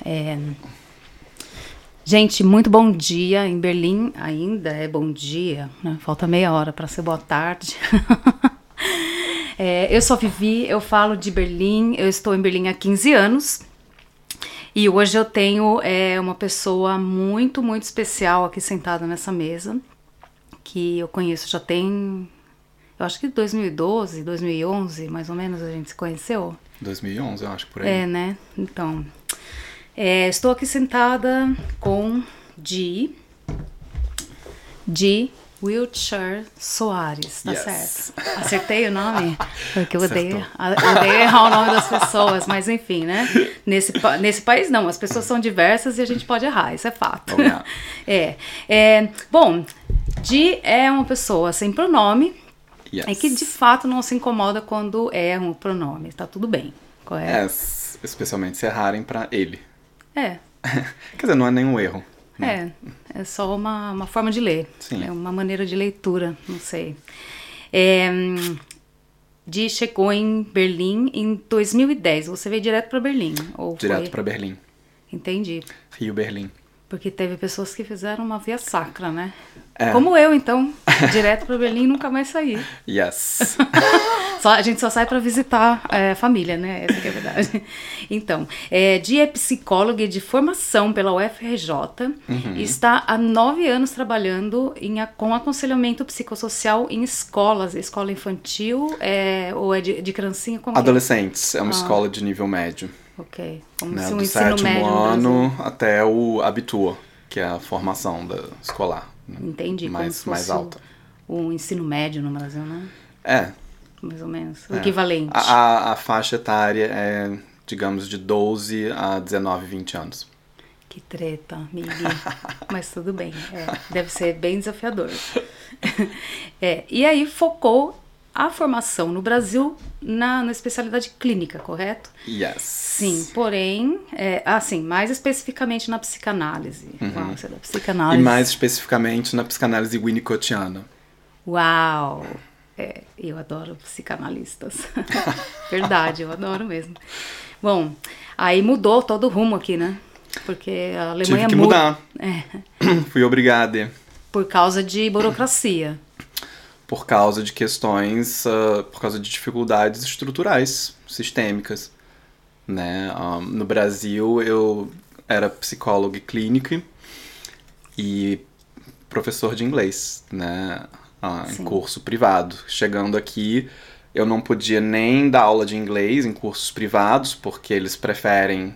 Gente, muito bom dia. Em Berlim ainda é bom dia, né? Falta meia hora para ser boa tarde. Eu sou a Vivi, eu falo de Berlim, eu estou em Berlim há 15 anos. E hoje eu tenho uma pessoa muito, muito especial aqui sentada nessa mesa, que eu conheço já tem, eu acho que 2012, 2011, mais ou menos, a gente se conheceu. 2011, eu acho, por aí. Né? Então, estou aqui sentada com Di Wiltshire Soares, tá certo? Acertei o nome? Porque eu odeio errar o nome das pessoas, mas enfim, né? Nesse país não, as pessoas são diversas e a gente pode errar, isso é fato. Bom, Di é uma pessoa sem pronome e que de fato não se incomoda quando erram o pronome, tá tudo bem, correto? Especialmente se errarem pra ele. Quer dizer, não é nenhum erro. É só uma forma de ler. Sim. É uma maneira de leitura, não sei. Di chegou em Berlim em 2010. Você veio direto para Berlim? Direto para Berlim. Entendi. Rio Berlim. Porque teve pessoas que fizeram uma via sacra, né? Como eu, então. Direto para Berlim e nunca mais saí. Yes. A gente só sai para visitar a família, né? Essa que é a verdade. Então, Di é psicóloga de formação pela UFRJ e está há 9 anos trabalhando com aconselhamento psicossocial em escolas. Escola infantil ou é de criancinha? Como Adolescentes. É uma escola de nível médio. Ok. Como né? se um Do ensino médio sétimo no ano Brasil. até o Abitur, que é a formação escolar. Entendi. Mais alta. O ensino médio no Brasil, né? Mais ou menos. O equivalente. A faixa etária é, digamos, de 12 a 19, 20 anos. Que treta, Miguel. Mas tudo bem. Deve ser bem desafiador. E aí focou a formação no Brasil na especialidade clínica, correto? Yes. Sim, porém, mais especificamente na psicanálise. Você é da psicanálise. E mais especificamente na psicanálise winnicottiana. Uau! Eu adoro psicanalistas. Verdade, eu adoro mesmo. Bom, aí mudou todo o rumo aqui, né? Porque a Alemanha Tive que mudar. Fui obrigada. Por causa de burocracia. Por causa de questões, por causa de dificuldades estruturais, sistêmicas. Né? No Brasil, eu era psicólogo clínico e professor de inglês, né? Em curso privado. Chegando aqui, eu não podia nem dar aula de inglês em cursos privados, porque eles preferem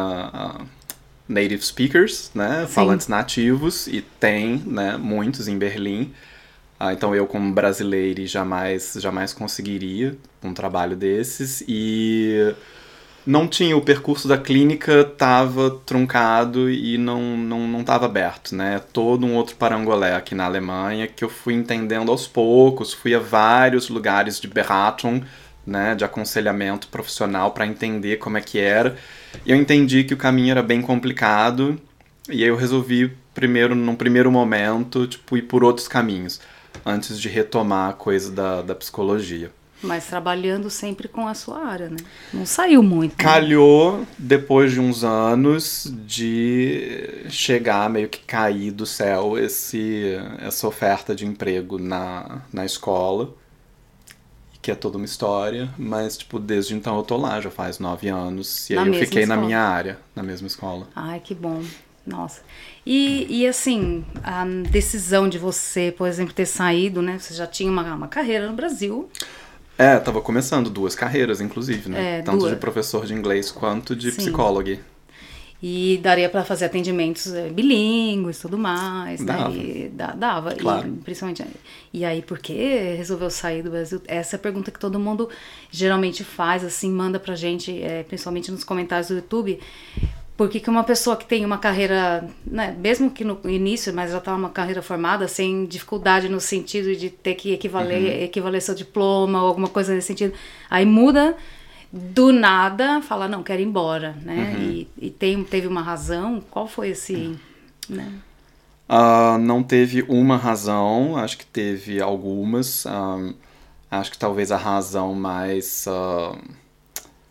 native speakers, né? Falantes nativos, e tem, né, muitos em Berlim. Então eu, como brasileiro, jamais conseguiria um trabalho desses. E não tinha, o percurso da clínica estava truncado e não estava aberto, né? Todo um outro parangolé aqui na Alemanha que eu fui entendendo aos poucos. Fui a vários lugares de Beratung, né, de aconselhamento profissional, para entender como é que era. E eu entendi que o caminho era bem complicado, e aí eu resolvi, num primeiro momento, ir por outros caminhos, antes de retomar a coisa da psicologia. Mas trabalhando sempre com a sua área, né? Não saiu muito. Né? Calhou, depois de uns anos, de chegar, meio que cair do céu, essa oferta de emprego na escola, que é toda uma história, mas, desde então eu tô lá, já faz 9 anos, e aí eu fiquei na minha área, na mesma escola. Ai, que bom. Nossa. E assim, a decisão de você, por exemplo, ter saído, né? Você já tinha uma carreira no Brasil. Tava começando 2 carreiras, inclusive, né? Tanto de professor de inglês quanto de psicólogo. E daria para fazer atendimentos bilíngues e tudo mais, dava. Né? Dava. Claro. E, principalmente. E aí, por que resolveu sair do Brasil? Essa é a pergunta que todo mundo geralmente faz, assim, manda pra gente, principalmente nos comentários do YouTube. Por que uma pessoa que tem uma carreira, né, mesmo que no início, mas já tá uma carreira formada, sem dificuldade no sentido de ter que equivaler seu diploma ou alguma coisa nesse sentido, aí muda do nada, fala, não, quero ir embora, né? E teve uma razão? Qual foi esse... Né? Não teve uma razão, acho que teve algumas. Acho que talvez a razão mais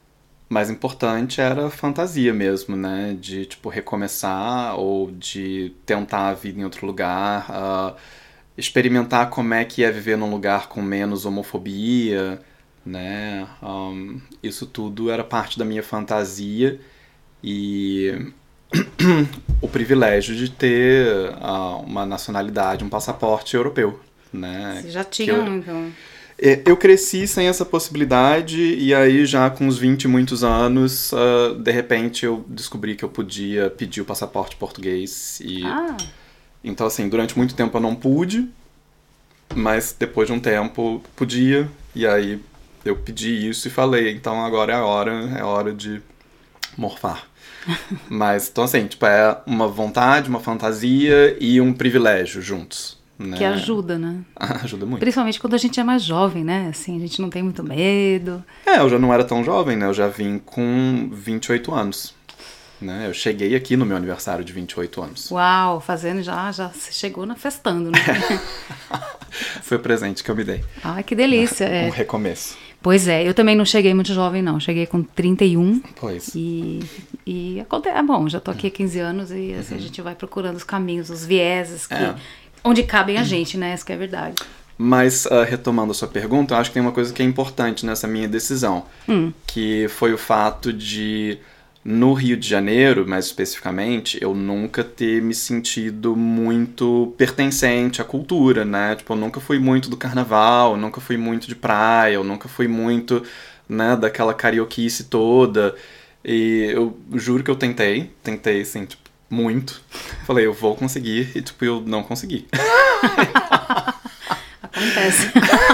mais importante era a fantasia mesmo, né? De, tipo, recomeçar ou de tentar a vida em outro lugar, experimentar como é que é viver num lugar com menos homofobia, né? Isso tudo era parte da minha fantasia e o privilégio de ter uma nacionalidade, um passaporte europeu, né? Você já tinha então? Eu cresci sem essa possibilidade e aí já com uns 20 e muitos anos, de repente eu descobri que eu podia pedir o passaporte português e... Então assim, durante muito tempo eu não pude, mas depois de um tempo podia e aí eu pedi isso e falei, então agora é hora de morfar. Mas, então assim, tipo, é uma vontade, uma fantasia e um privilégio juntos. Né? Que ajuda, né? Ajuda muito. Principalmente quando a gente é mais jovem, né? Assim, a gente não tem muito medo. Eu já não era tão jovem, né? Eu já vim com 28 anos. Né? Eu cheguei aqui no meu aniversário de 28 anos. Uau, fazendo já você chegou festando, né? Foi o presente que eu me dei. Ai, que delícia. Um recomeço. Pois é, eu também não cheguei muito jovem, não. Cheguei com 31. Pois. E acontece. Bom, já tô aqui há 15 anos e assim, a gente vai procurando os caminhos, os vieses onde cabem a gente, né? Isso que é verdade. Mas, retomando a sua pergunta, eu acho que tem uma coisa que é importante nessa minha decisão. Que foi o fato de, no Rio de Janeiro, mais especificamente, eu nunca ter me sentido muito pertencente à cultura, né? Tipo, eu nunca fui muito do carnaval, eu nunca fui muito de praia, eu nunca fui muito, né, daquela carioquice toda. E eu juro que eu tentei, assim, tipo, muito. Falei, eu vou conseguir, e tipo, eu não consegui. Acontece.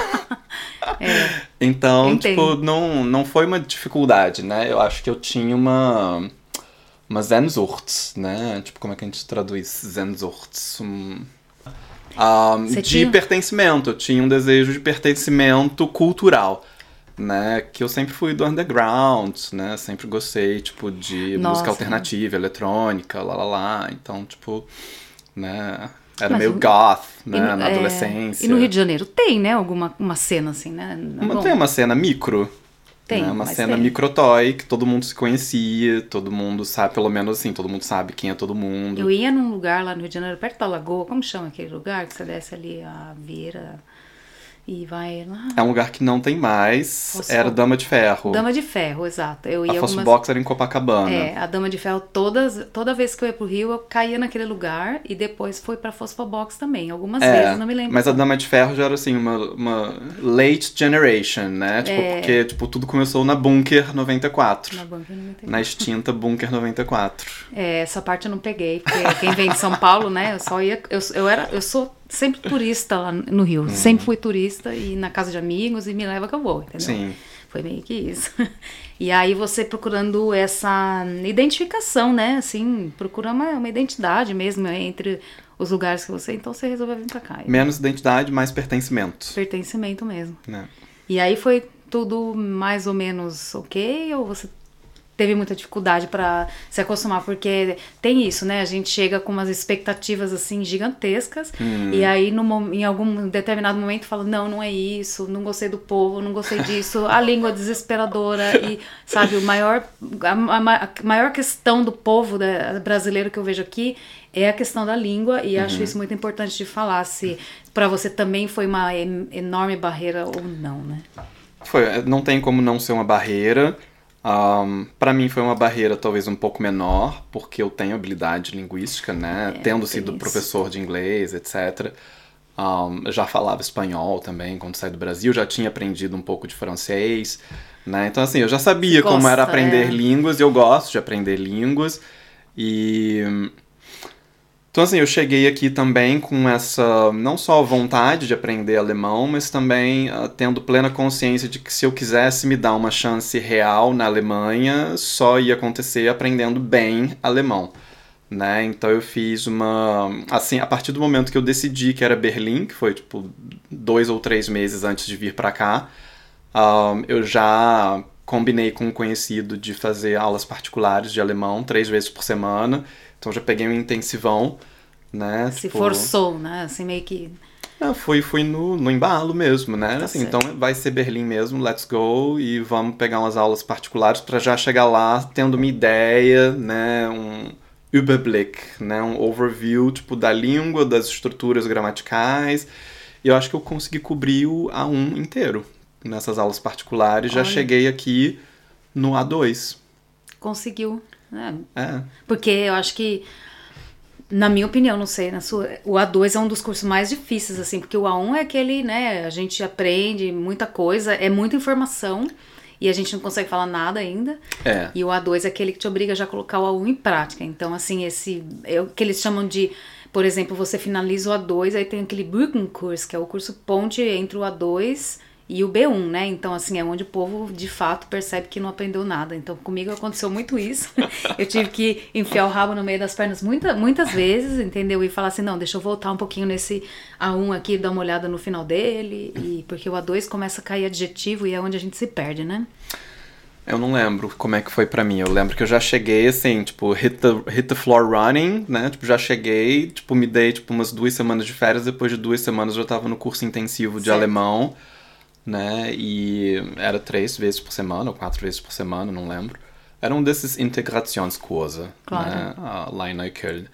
Então, tipo, não foi uma dificuldade, né? Eu acho que eu tinha uma Sehnsucht, né? Tipo, como é que a gente traduz Sehnsucht? De pertencimento. Eu tinha um desejo de pertencimento cultural, né? Que eu sempre fui do underground, né? Sempre gostei, tipo, de música alternativa, eletrônica, lá. Então, tipo, né? Era meio goth, né, na adolescência. E no Rio de Janeiro tem, né, uma cena assim, né? Tem uma cena micro. Tem, né, uma cena microtoy que todo mundo se conhecia, todo mundo sabe, pelo menos assim, todo mundo sabe quem é todo mundo. Eu ia num lugar lá no Rio de Janeiro, perto da Lagoa, como chama aquele lugar? Que você desce ali a Vieira e vai lá. É um lugar que não tem mais, era Dama de Ferro. Dama de Ferro, exato. Eu ia a Fossil Box era em Copacabana. A Dama de Ferro, toda vez que eu ia pro Rio, eu caía naquele lugar e depois fui pra Fossil Box também, algumas vezes, não me lembro. Mas a Dama de Ferro já era assim, uma late generation, né? Tipo, porque tipo, tudo começou na Bunker 94. Na Bunker 94. Na extinta Bunker 94. Essa parte eu não peguei, porque quem vem de São Paulo, né, eu só ia... Eu sou sempre turista lá no Rio. Sempre fui turista e na casa de amigos e me leva que eu vou, entendeu? Sim. Foi meio que isso. E aí você procurando essa identificação, né? Assim, procura uma identidade mesmo entre os lugares que você... Então você resolveu vir pra cá. Menos identidade, mais pertencimento. Pertencimento mesmo. E aí foi tudo mais ou menos ok? Ou você teve muita dificuldade para se acostumar, porque tem isso, né? A gente chega com umas expectativas assim gigantescas e aí em algum determinado momento fala, não é isso, não gostei do povo, não gostei disso, a língua desesperadora e, sabe, a maior questão do povo brasileiro que eu vejo aqui é a questão da língua e acho isso muito importante de falar, se para você também foi uma enorme barreira ou não, né? Não tem como não ser uma barreira. Para mim foi uma barreira talvez um pouco menor, porque eu tenho habilidade linguística, né? Tendo sido professor de inglês, etc. Já falava espanhol também quando saí do Brasil, já tinha aprendido um pouco de francês, né? Então assim, eu já sabia como era aprender línguas, e eu gosto de aprender línguas. Então assim, eu cheguei aqui também com essa, não só vontade de aprender alemão, mas também tendo plena consciência de que se eu quisesse me dar uma chance real na Alemanha, só ia acontecer aprendendo bem alemão, né? Então eu fiz assim, a partir do momento que eu decidi que era Berlim, que foi tipo 2 ou 3 meses antes de vir pra cá, eu já combinei com um conhecido de fazer aulas particulares de alemão 3 vezes por semana. Então já peguei um intensivão, né? Se forçou, né? Assim, meio que... Fui no embalo mesmo, né? Tá Assim, certo. então vai ser Berlim mesmo, let's go, e vamos pegar umas aulas particulares para já chegar lá tendo uma ideia, né? Um Überblick, né? Um overview, tipo, da língua, das estruturas gramaticais. E eu acho que eu consegui cobrir o A1 inteiro nessas aulas particulares. Já Olha. cheguei aqui no A2. Conseguiu. É. Porque eu acho que, na minha opinião, não sei, o A2 é um dos cursos mais difíceis, assim, porque o A1 é aquele, né, a gente aprende muita coisa, é muita informação e a gente não consegue falar nada ainda. É. E o A2 é aquele que te obriga já a colocar o A1 em prática. Então, assim, esse é o que eles chamam de, por exemplo, você finaliza o A2, aí tem aquele Brückenkurs, que é o curso ponte entre o A2 e o B1, né? Então, assim, é onde o povo, de fato, percebe que não aprendeu nada. Então, comigo aconteceu muito isso. Eu tive que enfiar o rabo no meio das pernas muitas vezes, entendeu? E falar assim, não, deixa eu voltar um pouquinho nesse A1 aqui, dar uma olhada no final dele. E porque o A2 começa a cair adjetivo e é onde a gente se perde, né? Eu não lembro como é que foi pra mim. Eu lembro que eu já cheguei, assim, tipo, hit the floor running, né? Tipo, já cheguei, tipo, me dei, tipo, umas 2 semanas de férias. Depois de 2 semanas eu já tava no curso intensivo de Certo. alemão, né? E era 3 vezes por semana, ou 4 vezes por semana, não lembro. Era um desses Integrationskurse, Claro. né? Lá em Neukölln.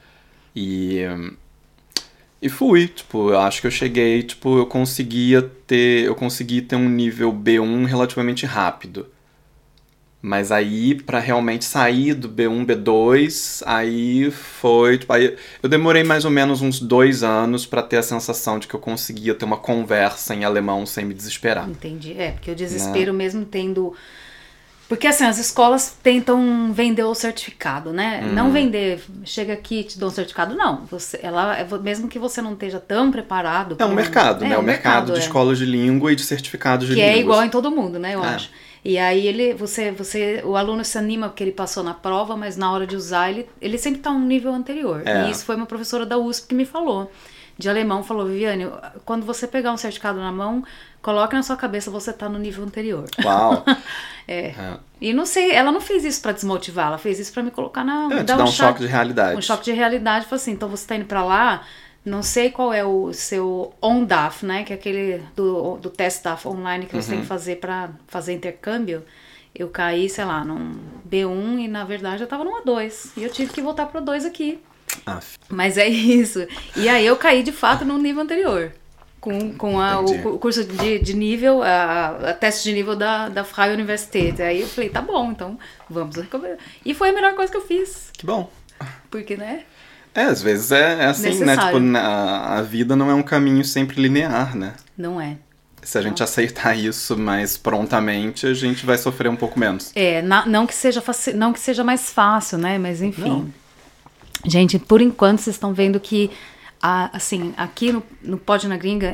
E fui, tipo, eu acho que eu cheguei, tipo, eu consegui ter um nível B1 relativamente rápido. Mas aí, pra realmente sair do B1, B2, aí foi... Tipo, aí eu demorei mais ou menos uns 2 anos pra ter a sensação de que eu conseguia ter uma conversa em alemão sem me desesperar. Entendi. É, porque o desespero mesmo tendo... Porque assim, as escolas tentam vender o certificado, né? Não vender, chega aqui e te dou um certificado, não. Mesmo que você não esteja tão preparado... É um mercado, né? É o mercado de escolas de língua e de certificados de que línguas. é igual em todo mundo, né? Eu É. acho. E aí o aluno se anima porque ele passou na prova, mas na hora de usar ele sempre tá um nível anterior. É. E isso foi uma professora da USP que me falou. De alemão, falou, Viviane, quando você pegar um certificado na mão, coloque na sua cabeça, você tá no nível anterior. Uau! É. E não sei, ela não fez isso pra desmotivar, ela fez isso pra me colocar Te dá um choque de realidade. Um choque de realidade, falou assim, então você tá indo pra lá, não sei qual é o seu ONDAF, né, que é aquele do teste DAF online que você tem que fazer pra fazer intercâmbio. Eu caí, sei lá, num B1 e na verdade eu tava num A2. E eu tive que voltar pro 2 aqui. Mas é isso. E aí eu caí de fato no nível anterior. Com o curso de nível, a teste de nível da Freie Universität. Aí eu falei, tá bom, então vamos recuperar. E foi a melhor coisa que eu fiz. Que bom. Porque, né? Às vezes é assim, necessário. né? Tipo, a vida não é um caminho sempre linear, né? Não é. Se a gente aceitar isso mais prontamente, a gente vai sofrer um pouco menos. Não que seja mais fácil, né? Mas enfim. Não. Gente, por enquanto vocês estão vendo que assim, aqui no Pod na Gringa,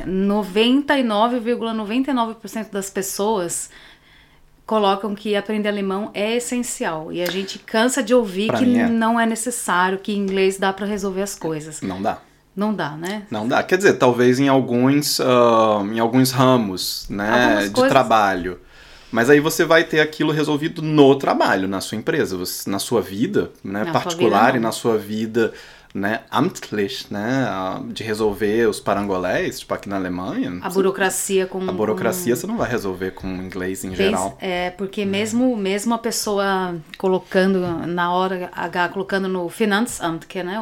99,99% das pessoas colocam que aprender alemão é essencial. E a gente cansa de ouvir que não é necessário, que inglês dá pra resolver as coisas. Não dá. Não dá, né? Não dá. Quer dizer, talvez em alguns ramos, né, de trabalho. Mas aí você vai ter aquilo resolvido no trabalho, na sua empresa, na sua vida, né, particular e na sua vida, né, amtlich, né, de resolver os parangolés, tipo aqui na Alemanha. A burocracia você não vai resolver com inglês em geral. Porque mesmo a pessoa colocando na hora H, colocando no Finanzamt, que é, né,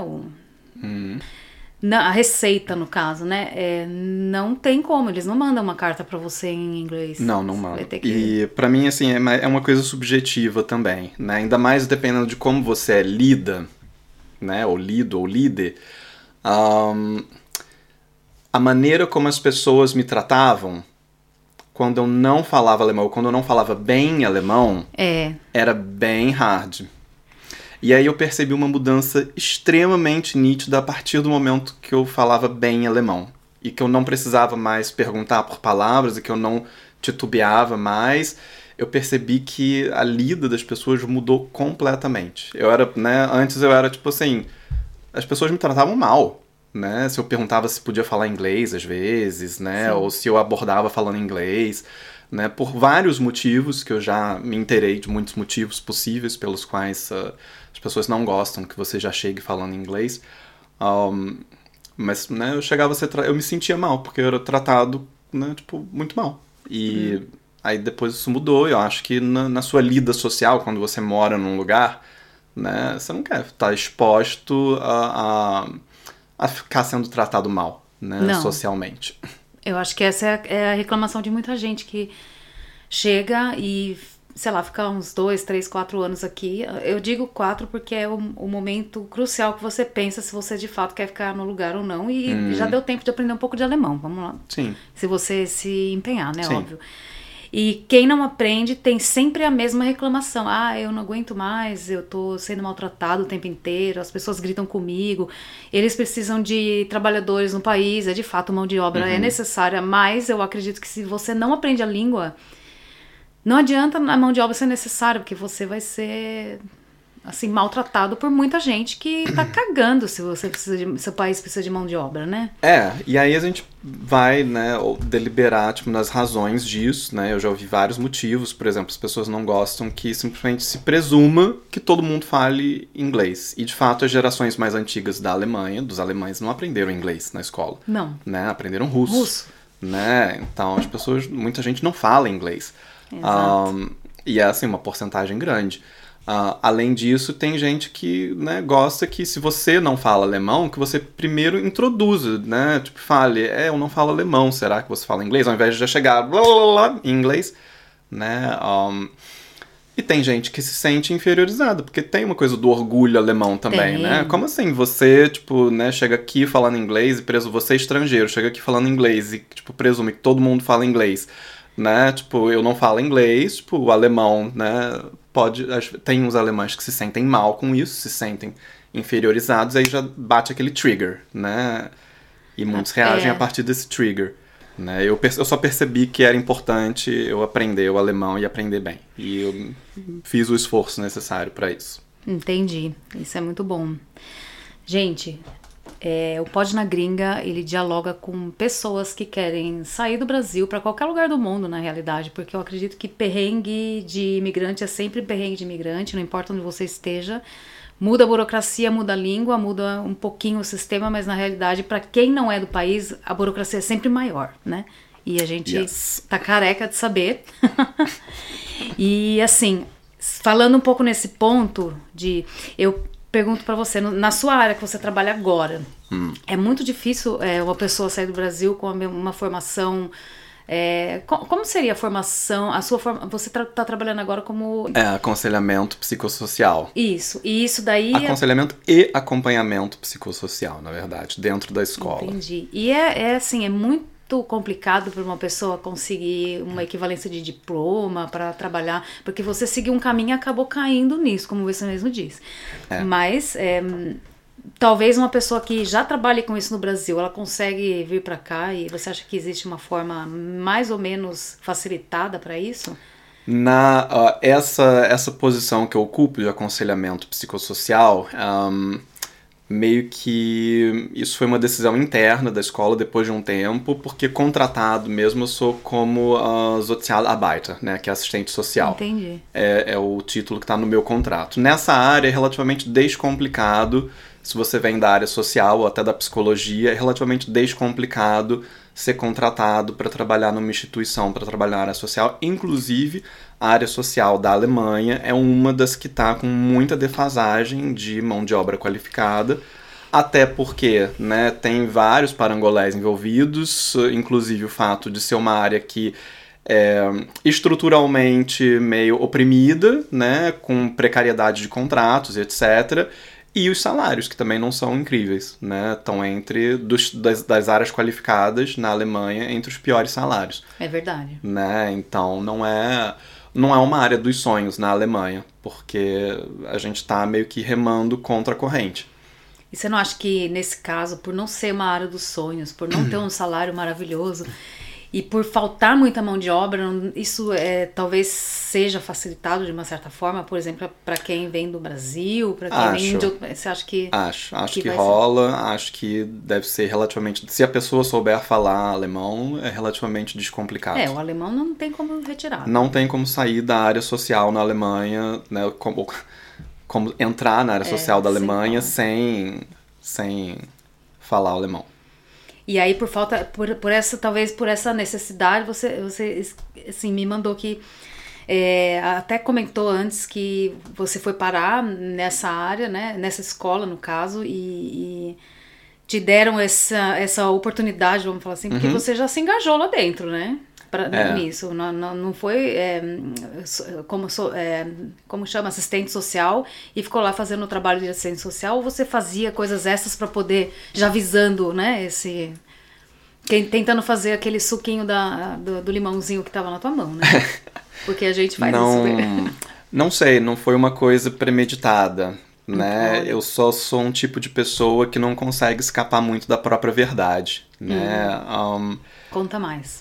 a receita, no caso, né? Não tem como, eles não mandam uma carta pra você em inglês. Não mandam. E pra mim, assim, é uma coisa subjetiva também, né? Ainda mais dependendo de como você lida, né? Ou lido, ou líder. A maneira como as pessoas me tratavam quando eu não falava alemão, quando eu não falava bem alemão, era bem hard. E aí eu percebi uma mudança extremamente nítida a partir do momento que eu falava bem alemão. E que eu não precisava mais perguntar por palavras, e que eu não titubeava mais. Eu percebi que a lida das pessoas mudou completamente. Antes eu era tipo assim, as pessoas me tratavam mal, né? Se eu perguntava se podia falar inglês às vezes, né? Sim. Ou se eu abordava falando inglês, né? Por vários motivos, que eu já me inteirei de muitos motivos possíveis pelos quais as pessoas não gostam que você já chegue falando inglês. Mas, né, eu chegava a ser... Eu me sentia mal, porque eu era tratado, né, tipo, muito mal. E aí depois isso mudou. Eu acho que na sua lida social, quando você mora num lugar, né, você não quer estar exposto a ficar sendo tratado mal, né, Não. socialmente. Eu acho que essa é a reclamação de muita gente que chega e, sei lá, fica uns 2, 3, 4 anos aqui. Eu digo 4 porque é o momento crucial que você pensa se você de fato quer ficar no lugar ou não. E já deu tempo de aprender um pouco de alemão, vamos lá. Sim. Se você se empenhar, né? Sim. Óbvio. E quem não aprende tem sempre a mesma reclamação. Ah, eu não aguento mais, eu tô sendo maltratado o tempo inteiro, as pessoas gritam comigo, eles precisam de trabalhadores no país, é de fato mão de obra, é necessária, mas eu acredito que se você não aprende a língua, não adianta a mão de obra ser necessária, porque você vai ser, assim, maltratado por muita gente que tá cagando se você precisa seu país precisa de mão de obra, né? E aí a gente vai, né, deliberar, tipo, nas razões disso, né? Eu já ouvi vários motivos, por exemplo, as pessoas não gostam que simplesmente se presuma que todo mundo fale inglês. E, de fato, as gerações mais antigas da Alemanha, dos alemães, não aprenderam inglês na escola. Não. Né? Aprenderam russo. Né? Então, as pessoas, muita gente não fala inglês. Exato. E é, assim, uma porcentagem grande. Além disso, tem gente que, né, gosta que se você não fala alemão, que você primeiro introduza, né? Tipo, fale, eu não falo alemão, será que você fala inglês? Ao invés de já chegar blá, blá, blá, em inglês, né? E tem gente que se sente inferiorizada, porque tem uma coisa do orgulho alemão também, né? Como assim você, tipo, né, chega aqui falando inglês e você é estrangeiro, chega aqui falando inglês e, tipo, presume que todo mundo fala inglês, né? Tipo, eu não falo inglês, tipo, o alemão, né? Tem uns alemães que se sentem mal com isso, se sentem inferiorizados, aí já bate aquele trigger, né? E muitos reagem a partir desse trigger. Né? Eu só percebi que era importante eu aprender o alemão e aprender bem. E eu fiz o esforço necessário para isso. Entendi. Isso é muito bom. Gente, o Pod na Gringa, ele dialoga com pessoas que querem sair do Brasil para qualquer lugar do mundo, na realidade, porque eu acredito que perrengue de imigrante é sempre perrengue de imigrante, não importa onde você esteja. Muda a burocracia, muda a língua, muda um pouquinho o sistema, mas na realidade, para quem não é do país, a burocracia é sempre maior, né? E a gente tá careca de saber. E assim, falando um pouco nesse ponto eu pergunto para você, na sua área que você trabalha agora, é muito difícil uma pessoa sair do Brasil com uma formação... como seria a formação? Você tá trabalhando agora como... aconselhamento psicossocial. Isso. E isso daí... Aconselhamento e acompanhamento psicossocial, na verdade, dentro da escola. Entendi. E assim, é muito complicado para uma pessoa conseguir uma equivalência de diploma para trabalhar, porque você seguiu um caminho e acabou caindo nisso, como você mesmo disse. Mas... talvez uma pessoa que já trabalhe com isso no Brasil, ela consegue vir para cá, e você acha que existe uma forma mais ou menos facilitada para isso? Essa posição que eu ocupo de aconselhamento psicossocial, meio que isso foi uma decisão interna da escola depois de um tempo, porque contratado mesmo eu sou como Sozialarbeiter, né, que é assistente social. Entendi. É o título que está no meu contrato. Nessa área é relativamente descomplicado. Se você vem da área social ou até da psicologia, é relativamente descomplicado ser contratado para trabalhar numa instituição, para trabalhar na área social. Inclusive, a área social da Alemanha é uma das que está com muita defasagem de mão de obra qualificada, até porque, né, tem vários parangolés envolvidos, inclusive o fato de ser uma área que é estruturalmente meio oprimida, né, com precariedade de contratos, etc., e os salários, que também não são incríveis, né? Estão entre das áreas qualificadas na Alemanha entre os piores salários. É verdade. Né? Então não é uma área dos sonhos na Alemanha, porque a gente está meio que remando contra a corrente. E você não acha que nesse caso, por não ser uma área dos sonhos, por não ter um salário maravilhoso, e por faltar muita mão de obra, isso talvez seja facilitado de uma certa forma, por exemplo, para quem vem do Brasil, para quem vem de outro... Você acha que... Acho que rola, acho que deve ser relativamente... Se a pessoa souber falar alemão, é relativamente descomplicado. O alemão não tem como retirar. Não tem como sair da área social na Alemanha, né, como entrar na área social da Alemanha sem falar alemão. E aí, talvez por essa necessidade, você assim, me mandou que até comentou antes que você foi parar nessa área, né, nessa escola, no caso, e te deram essa oportunidade, vamos falar assim, porque você já se engajou lá dentro, né? Nisso. Não foi como chama, assistente social e ficou lá fazendo o trabalho de assistente social, ou você fazia coisas essas para poder, já visando, né, tentando fazer aquele suquinho do limãozinho que tava na tua mão, né? Porque a gente faz isso. Não sei, não foi uma coisa premeditada, né? Olha. Eu só sou um tipo de pessoa que não consegue escapar muito da própria verdade, né? Conta mais.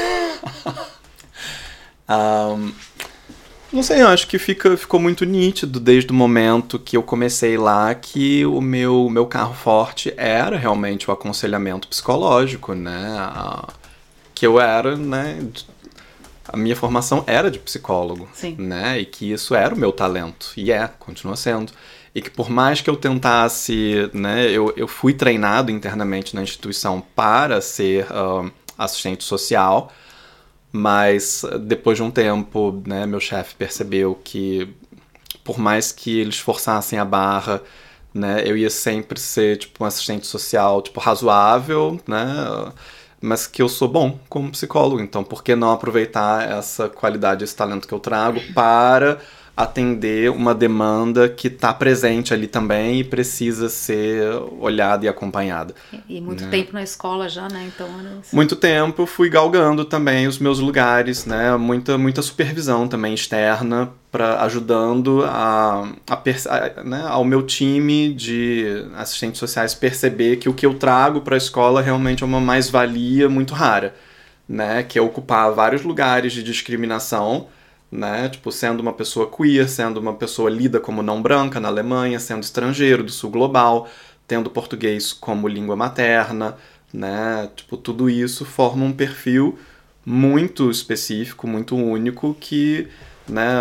Não sei, eu acho que ficou muito nítido desde o momento que eu comecei lá que o meu carro forte era realmente o aconselhamento psicológico, né? Que eu era, né? A minha formação era de psicólogo, Sim. né? E que isso era o meu talento, e continua sendo. E que por mais que eu tentasse, né? Eu fui treinado internamente na instituição para ser assistente social, mas depois de um tempo, né, meu chefe percebeu que por mais que eles forçassem a barra, né, eu ia sempre ser tipo um assistente social tipo razoável, né, mas que eu sou bom como psicólogo, então por que não aproveitar essa qualidade, esse talento que eu trago para atender uma demanda que está presente ali também e precisa ser olhada e acompanhada. E muito tempo na escola já, né? Então, muito tempo eu fui galgando também os meus lugares, né? Muita supervisão também externa, ajudando né, ao meu time de assistentes sociais perceber que o que eu trago para a escola realmente é uma mais-valia muito rara, né? Que é ocupar vários lugares de discriminação, né? Tipo, sendo uma pessoa queer, sendo uma pessoa lida como não branca na Alemanha, sendo estrangeiro do sul global, tendo português como língua materna, né? Tipo, tudo isso forma um perfil muito específico, muito único que, né,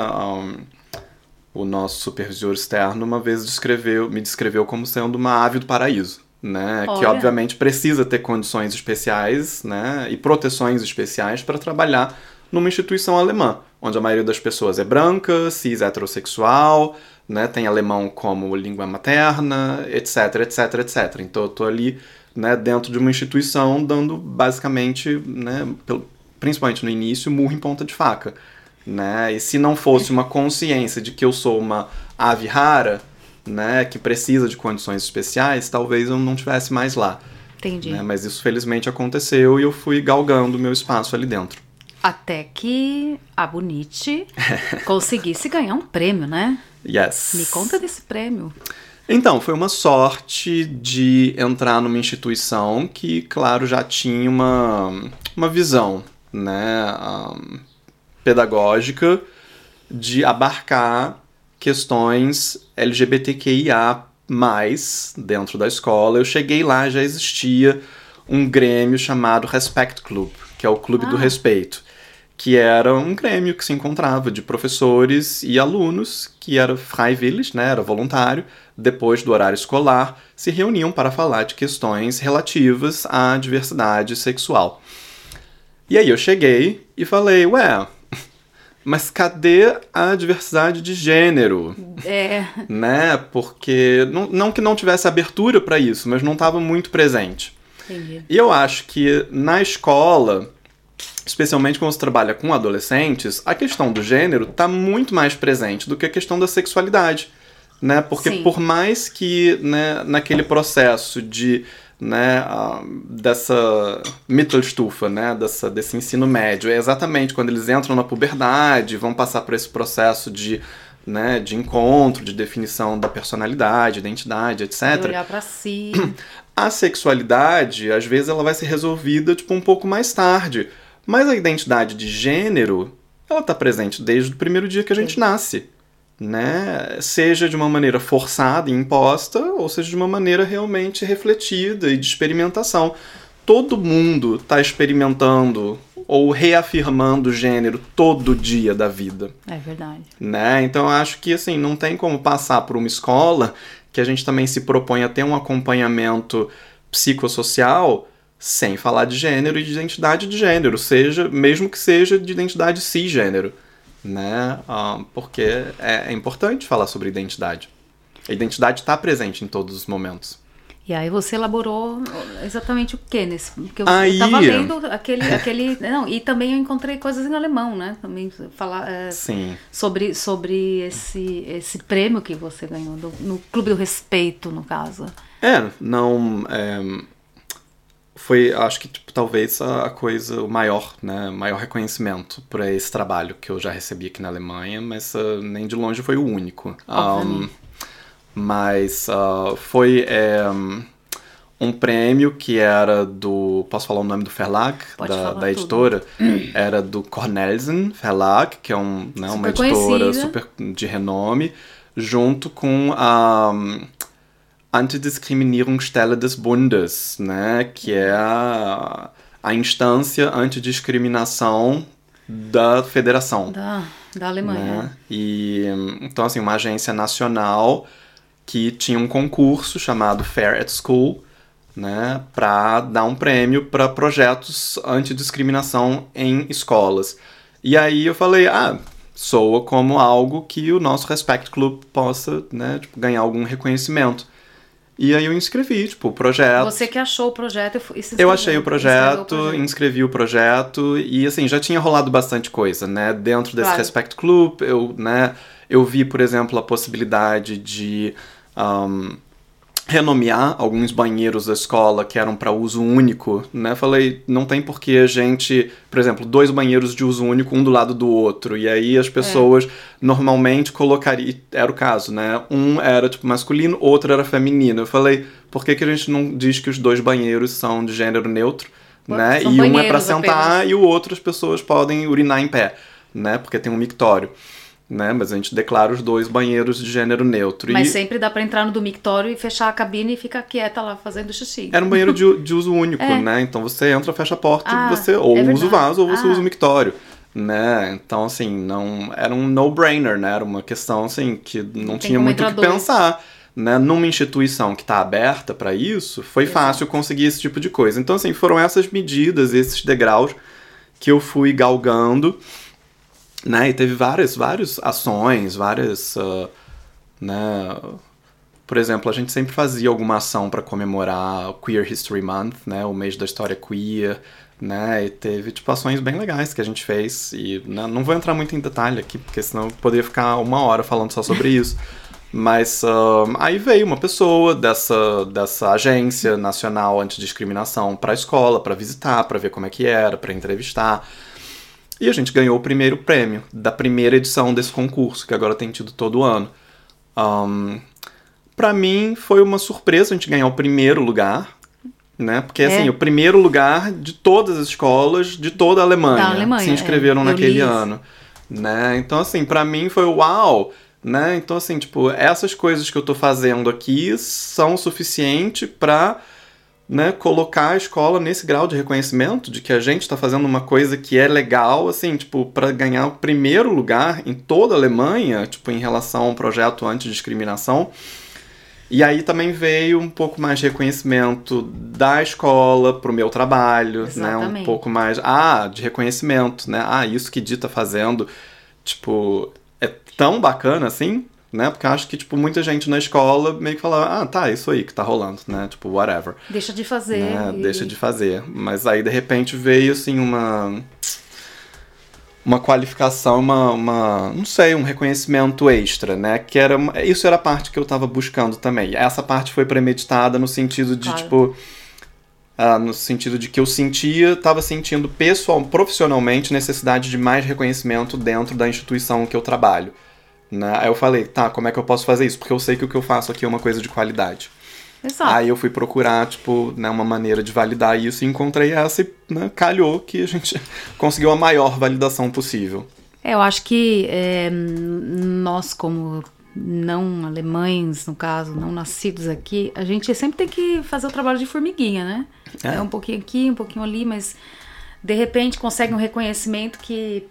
o nosso supervisor externo uma vez me descreveu como sendo uma ave do paraíso, né? Olha. Que obviamente precisa ter condições especiais, né, e proteções especiais para trabalhar numa instituição alemã, onde a maioria das pessoas é branca, cis, heterossexual, né, tem alemão como língua materna, etc, etc, etc. Então eu tô ali, né, dentro de uma instituição dando basicamente, né, principalmente no início, murro em ponta de faca, né? E se não fosse uma consciência de que eu sou uma ave rara, né, que precisa de condições especiais, talvez eu não estivesse mais lá. Entendi. Né? Mas isso felizmente aconteceu e eu fui galgando o meu espaço ali dentro. Até que a Bonite conseguisse ganhar um prêmio, né? Yes. Me conta desse prêmio. Então, foi uma sorte de entrar numa instituição que, claro, já tinha uma visão, né, pedagógica de abarcar questões LGBTQIA+, dentro da escola. Eu cheguei lá, já existia um grêmio chamado Respect Club, que é o Clube do Respeito, que era um grêmio que se encontrava de professores e alunos, que era freiwillig, né, era voluntário, depois do horário escolar, se reuniam para falar de questões relativas à diversidade sexual. E aí eu cheguei e falei, mas cadê a diversidade de gênero? Né? Porque, não que não tivesse abertura para isso, mas não estava muito presente. Entendi. E eu acho que na escola, especialmente quando você trabalha com adolescentes, a questão do gênero está muito mais presente do que a questão da sexualidade, né? Porque Sim. por mais que, né, naquele processo de, né, dessa Mittelstufe, né, desse ensino médio, é exatamente quando eles entram na puberdade, vão passar por esse processo de, né, de encontro, de definição da personalidade, identidade, etc. De olhar pra si. A sexualidade, às vezes, ela vai ser resolvida tipo, um pouco mais tarde. Mas a identidade de gênero, ela está presente desde o primeiro dia que a gente nasce, né? Seja de uma maneira forçada e imposta, ou seja de uma maneira realmente refletida e de experimentação. Todo mundo está experimentando ou reafirmando o gênero todo dia da vida. É verdade. Né? Então eu acho que assim, não tem como passar por uma escola que a gente também se propõe a ter um acompanhamento psicossocial sem falar de gênero e de identidade de gênero, mesmo que seja de identidade cisgênero, né? Porque é importante falar sobre identidade. A identidade está presente em todos os momentos. E aí você elaborou exatamente o que nesse? Porque eu estava lendo aquele. Não, e também eu encontrei coisas em alemão, né? Também falar sobre esse prêmio que você ganhou no Clube do Respeito, no caso. Foi, acho que talvez o maior reconhecimento por esse trabalho que eu já recebi aqui na Alemanha, mas nem de longe foi o único. Mas foi um prêmio que era do... Posso falar o nome do Verlag? Da editora? Era do Cornelsen Verlag, que é uma editora super de renome, junto com a Antidiskriminierungsstelle des Bundes, né? Que é a instância antidiscriminação da federação. Da Alemanha. Né? E, então, assim, uma agência nacional que tinha um concurso chamado Fair at School, né, para dar um prêmio para projetos antidiscriminação em escolas. E aí eu falei, soa como algo que o nosso Respect Club possa, né, ganhar algum reconhecimento. E aí eu inscrevi, o projeto. Você que achou o projeto e se Eu achei o projeto, inscrevi o projeto e, assim, já tinha rolado bastante coisa, né, dentro desse Respect Club. Eu vi, por exemplo, a possibilidade de renomear alguns banheiros da escola que eram para uso único, né? Falei, não tem por que a gente, por exemplo, 2 banheiros de uso único, um do lado do outro. E aí as pessoas normalmente colocariam, era o caso, né? Um era masculino, outro era feminino. Eu falei, por que a gente não diz que os 2 banheiros são de gênero neutro, né? E um é para sentar apenas. E o outro as pessoas podem urinar em pé, né? Porque tem um mictório. Né? Mas a gente declara os 2 banheiros de gênero neutro. Mas sempre dá pra entrar no do mictório e fechar a cabine e ficar quieta lá fazendo xixi. Era um banheiro de uso único, né? Então você entra, fecha a porta e você ou usa o vaso ou você usa o mictório. Né? Então, assim, não era um no-brainer, né? Era uma questão, assim, que não tinha muito o que pensar. Né? Numa instituição que está aberta para isso, foi fácil conseguir esse tipo de coisa. Então, assim, foram essas medidas, esses degraus que eu fui galgando. Né, e teve várias ações, né, por exemplo, a gente sempre fazia alguma ação para comemorar o Queer History Month, né, o mês da história queer, né, e teve ações bem legais que a gente fez, e né, não vou entrar muito em detalhe aqui, porque senão eu poderia ficar 1 hora falando só sobre isso, mas aí veio uma pessoa dessa agência nacional antidiscriminação para a escola, para visitar, para ver como é que era, para entrevistar. E a gente ganhou o primeiro prêmio da primeira edição desse concurso, que agora tem tido todo ano. Pra mim, foi uma surpresa a gente ganhar o primeiro lugar, né? Porque, assim, o primeiro lugar de todas as escolas de toda a Alemanha se inscreveram naquele ano. Né? Então, assim, pra mim foi uau! Né? Então, assim, essas coisas que eu tô fazendo aqui são o suficiente pra... Né, colocar a escola nesse grau de reconhecimento de que a gente está fazendo uma coisa que é legal, assim, para ganhar o primeiro lugar em toda a Alemanha, em relação a um projeto antidiscriminação. E aí também veio um pouco mais de reconhecimento da escola pro meu trabalho, né, um pouco mais, de reconhecimento, né, isso que Di tá fazendo, é tão bacana assim, né? Porque eu acho que, muita gente na escola meio que fala, tá, isso aí que tá rolando, né? Whatever. Deixa de fazer. Né? Deixa de fazer. Mas aí, de repente, veio, assim, uma qualificação, não sei, um reconhecimento extra, né? Que isso era a parte que eu tava buscando também. Essa parte foi premeditada no sentido de, no sentido de que eu tava sentindo profissionalmente necessidade de mais reconhecimento dentro da instituição que eu trabalho. Né? Aí eu falei, como é que eu posso fazer isso? Porque eu sei que o que eu faço aqui é uma coisa de qualidade. Exato. Aí eu fui procurar, né, uma maneira de validar isso e encontrei essa e, né, calhou que a gente conseguiu a maior validação possível. Eu acho que nós, como não alemães, no caso, não nascidos aqui, a gente sempre tem que fazer o trabalho de formiguinha, né? É um pouquinho aqui, um pouquinho ali, mas de repente consegue um reconhecimento que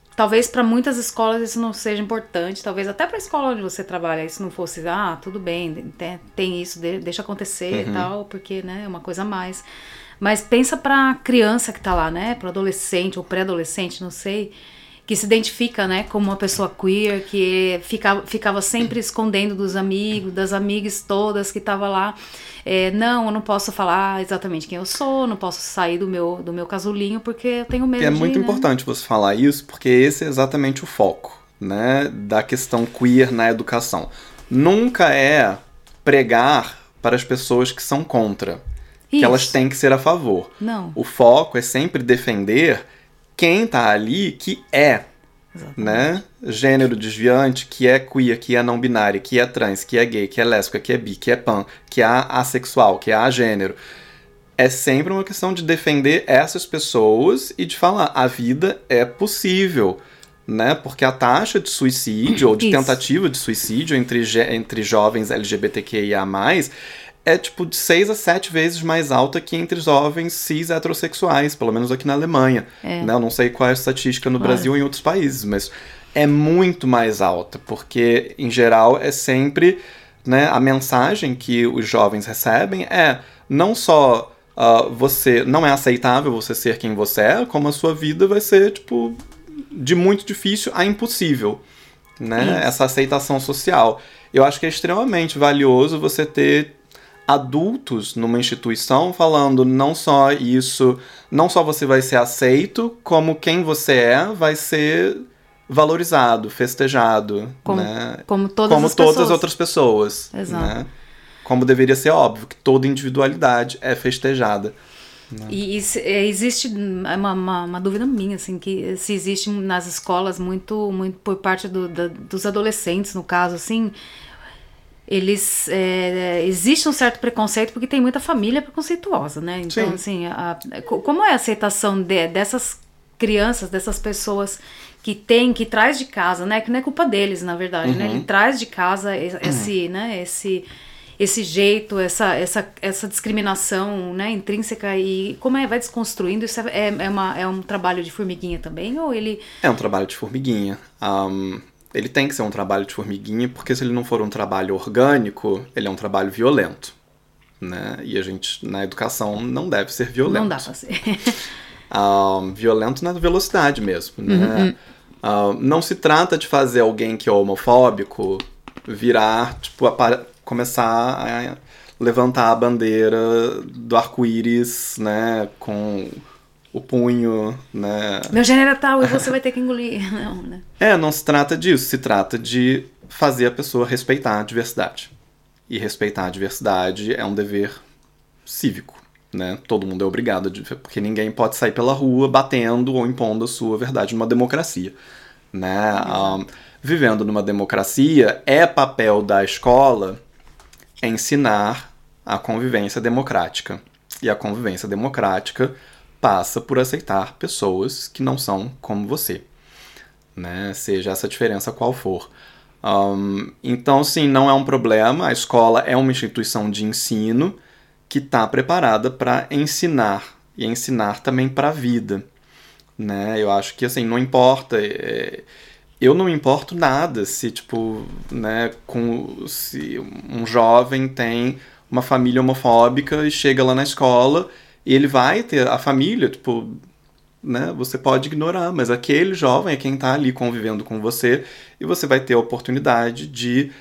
talvez para muitas escolas isso não seja importante, talvez até para a escola onde você trabalha isso não fosse, tudo bem, tem isso, deixa acontecer e tal, porque, né, é uma coisa a mais. Mas pensa para a criança que tá lá, né, para o adolescente ou pré-adolescente, não sei, que se identifica, né, como uma pessoa queer, que ficava sempre escondendo dos amigos, das amigas todas que tava lá. Não, eu não posso falar exatamente quem eu sou, não posso sair do meu casulinho porque eu tenho medo É muito importante você falar isso, porque esse é exatamente o foco, né, da questão queer na educação. Nunca é pregar para as pessoas que são contra, que elas têm que ser a favor. Não. O foco é sempre defender quem tá ali que é, né, gênero desviante, que é queer, que é não binário, que é trans, que é gay, que é lésbica, que é bi, que é pan, que é assexual, que é agênero. É sempre uma questão de defender essas pessoas e de falar, a vida é possível, né, porque a taxa de suicídio ou de tentativa de suicídio entre jovens LGBTQIA+, é tipo de 6 a 7 vezes mais alta que entre jovens cis heterossexuais, pelo menos aqui na Alemanha. Né? Eu não sei qual é a estatística no Brasil ou em outros países, mas é muito mais alta, porque em geral é sempre, né, a mensagem que os jovens recebem é não só você não é aceitável você ser quem você é, como a sua vida vai ser tipo de muito difícil a impossível, né? Essa aceitação social. Eu acho que é extremamente valioso você ter adultos numa instituição falando não só isso, não só você vai ser aceito, como quem você é vai ser valorizado, festejado, né? Como todas as outras pessoas. Exato. Né? Como deveria ser óbvio, que toda individualidade é festejada. Né? E existe uma dúvida minha, assim, que se existe nas escolas muito por parte dos adolescentes, no caso, assim, eles existe um certo preconceito porque tem muita família preconceituosa, né? Então, assim, como é a aceitação dessas crianças, dessas pessoas que traz de casa, né? Que não é culpa deles, na verdade, né? Ele traz de casa esse jeito, essa discriminação, né, intrínseca, e como vai desconstruindo, isso é um trabalho de formiguinha também, ou ele... É um trabalho de formiguinha. Ele tem que ser um trabalho de formiguinha, porque se ele não for um trabalho orgânico, ele é um trabalho violento, né? E a gente, na educação, não deve ser violento. Não dá pra ser. Violento na velocidade mesmo, né? Não se trata de fazer alguém que é homofóbico virar, tipo, começar a levantar a bandeira do arco-íris, né? Com o punho, né? Meu gênero é tal e você vai ter que engolir. Não, né? Não se trata disso. Se trata de fazer a pessoa respeitar a diversidade. E respeitar a diversidade é um dever cívico, né? Todo mundo é obrigado, porque ninguém pode sair pela rua batendo ou impondo a sua verdade numa democracia, né? Vivendo numa democracia, é papel da escola ensinar a convivência democrática. E a convivência democrática passa por aceitar pessoas que não são como você, né? Seja essa diferença qual for. Então, sim, não é um problema. A escola é uma instituição de ensino que está preparada para ensinar, e ensinar também para a vida, né? Eu acho que, assim, não importa... Eu não me importo nada se, tipo, né, se um jovem tem uma família homofóbica e chega lá na escola e ele vai ter a família, tipo, né, você pode ignorar, mas aquele jovem é quem está ali convivendo com você e você vai ter a oportunidade de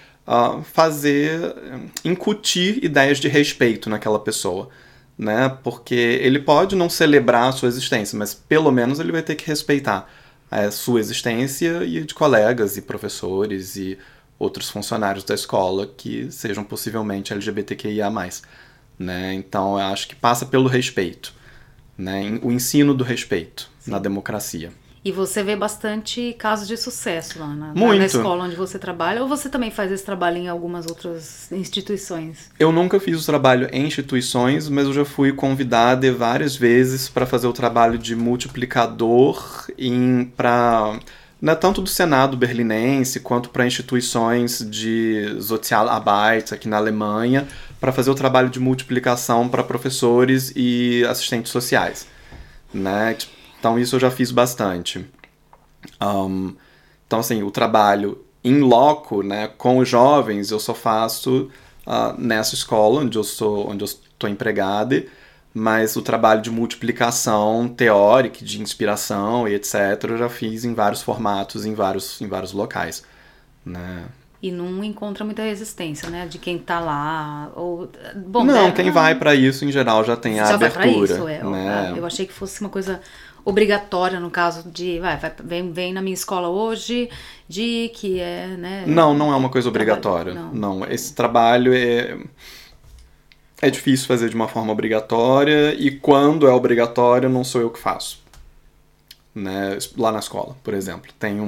incutir ideias de respeito naquela pessoa, né, porque ele pode não celebrar a sua existência, mas pelo menos ele vai ter que respeitar a sua existência e de colegas e professores e outros funcionários da escola que sejam possivelmente LGBTQIA+. Né? Então, eu acho que passa pelo respeito, né? O ensino do respeito na democracia. E você vê bastante casos de sucesso lá na escola onde você trabalha, ou você também faz esse trabalho em algumas outras instituições? Eu nunca fiz o trabalho em instituições, mas eu já fui convidada várias vezes para fazer o trabalho de multiplicador tanto do Senado berlinense quanto para instituições de Sozialarbeit aqui na Alemanha, para fazer o trabalho de multiplicação para professores e assistentes sociais, né? Então isso eu já fiz bastante. Então, assim, o trabalho in loco, né, com os jovens, eu só faço nessa escola onde eu estou empregada, mas o trabalho de multiplicação teórica, de inspiração e etc., eu já fiz em vários formatos, em vários locais, né? E não encontra muita resistência, né? De quem tá lá. Ou, bom, não, quem vai pra isso, em geral, já tem a abertura. Vai pra isso, né? Eu achei que fosse uma coisa obrigatória, no caso de... vem na minha escola hoje, de que é, né... Não é uma coisa obrigatória. Não, esse trabalho é difícil fazer de uma forma obrigatória, e quando é obrigatório, não sou eu que faço. Né? Lá na escola, por exemplo. Tem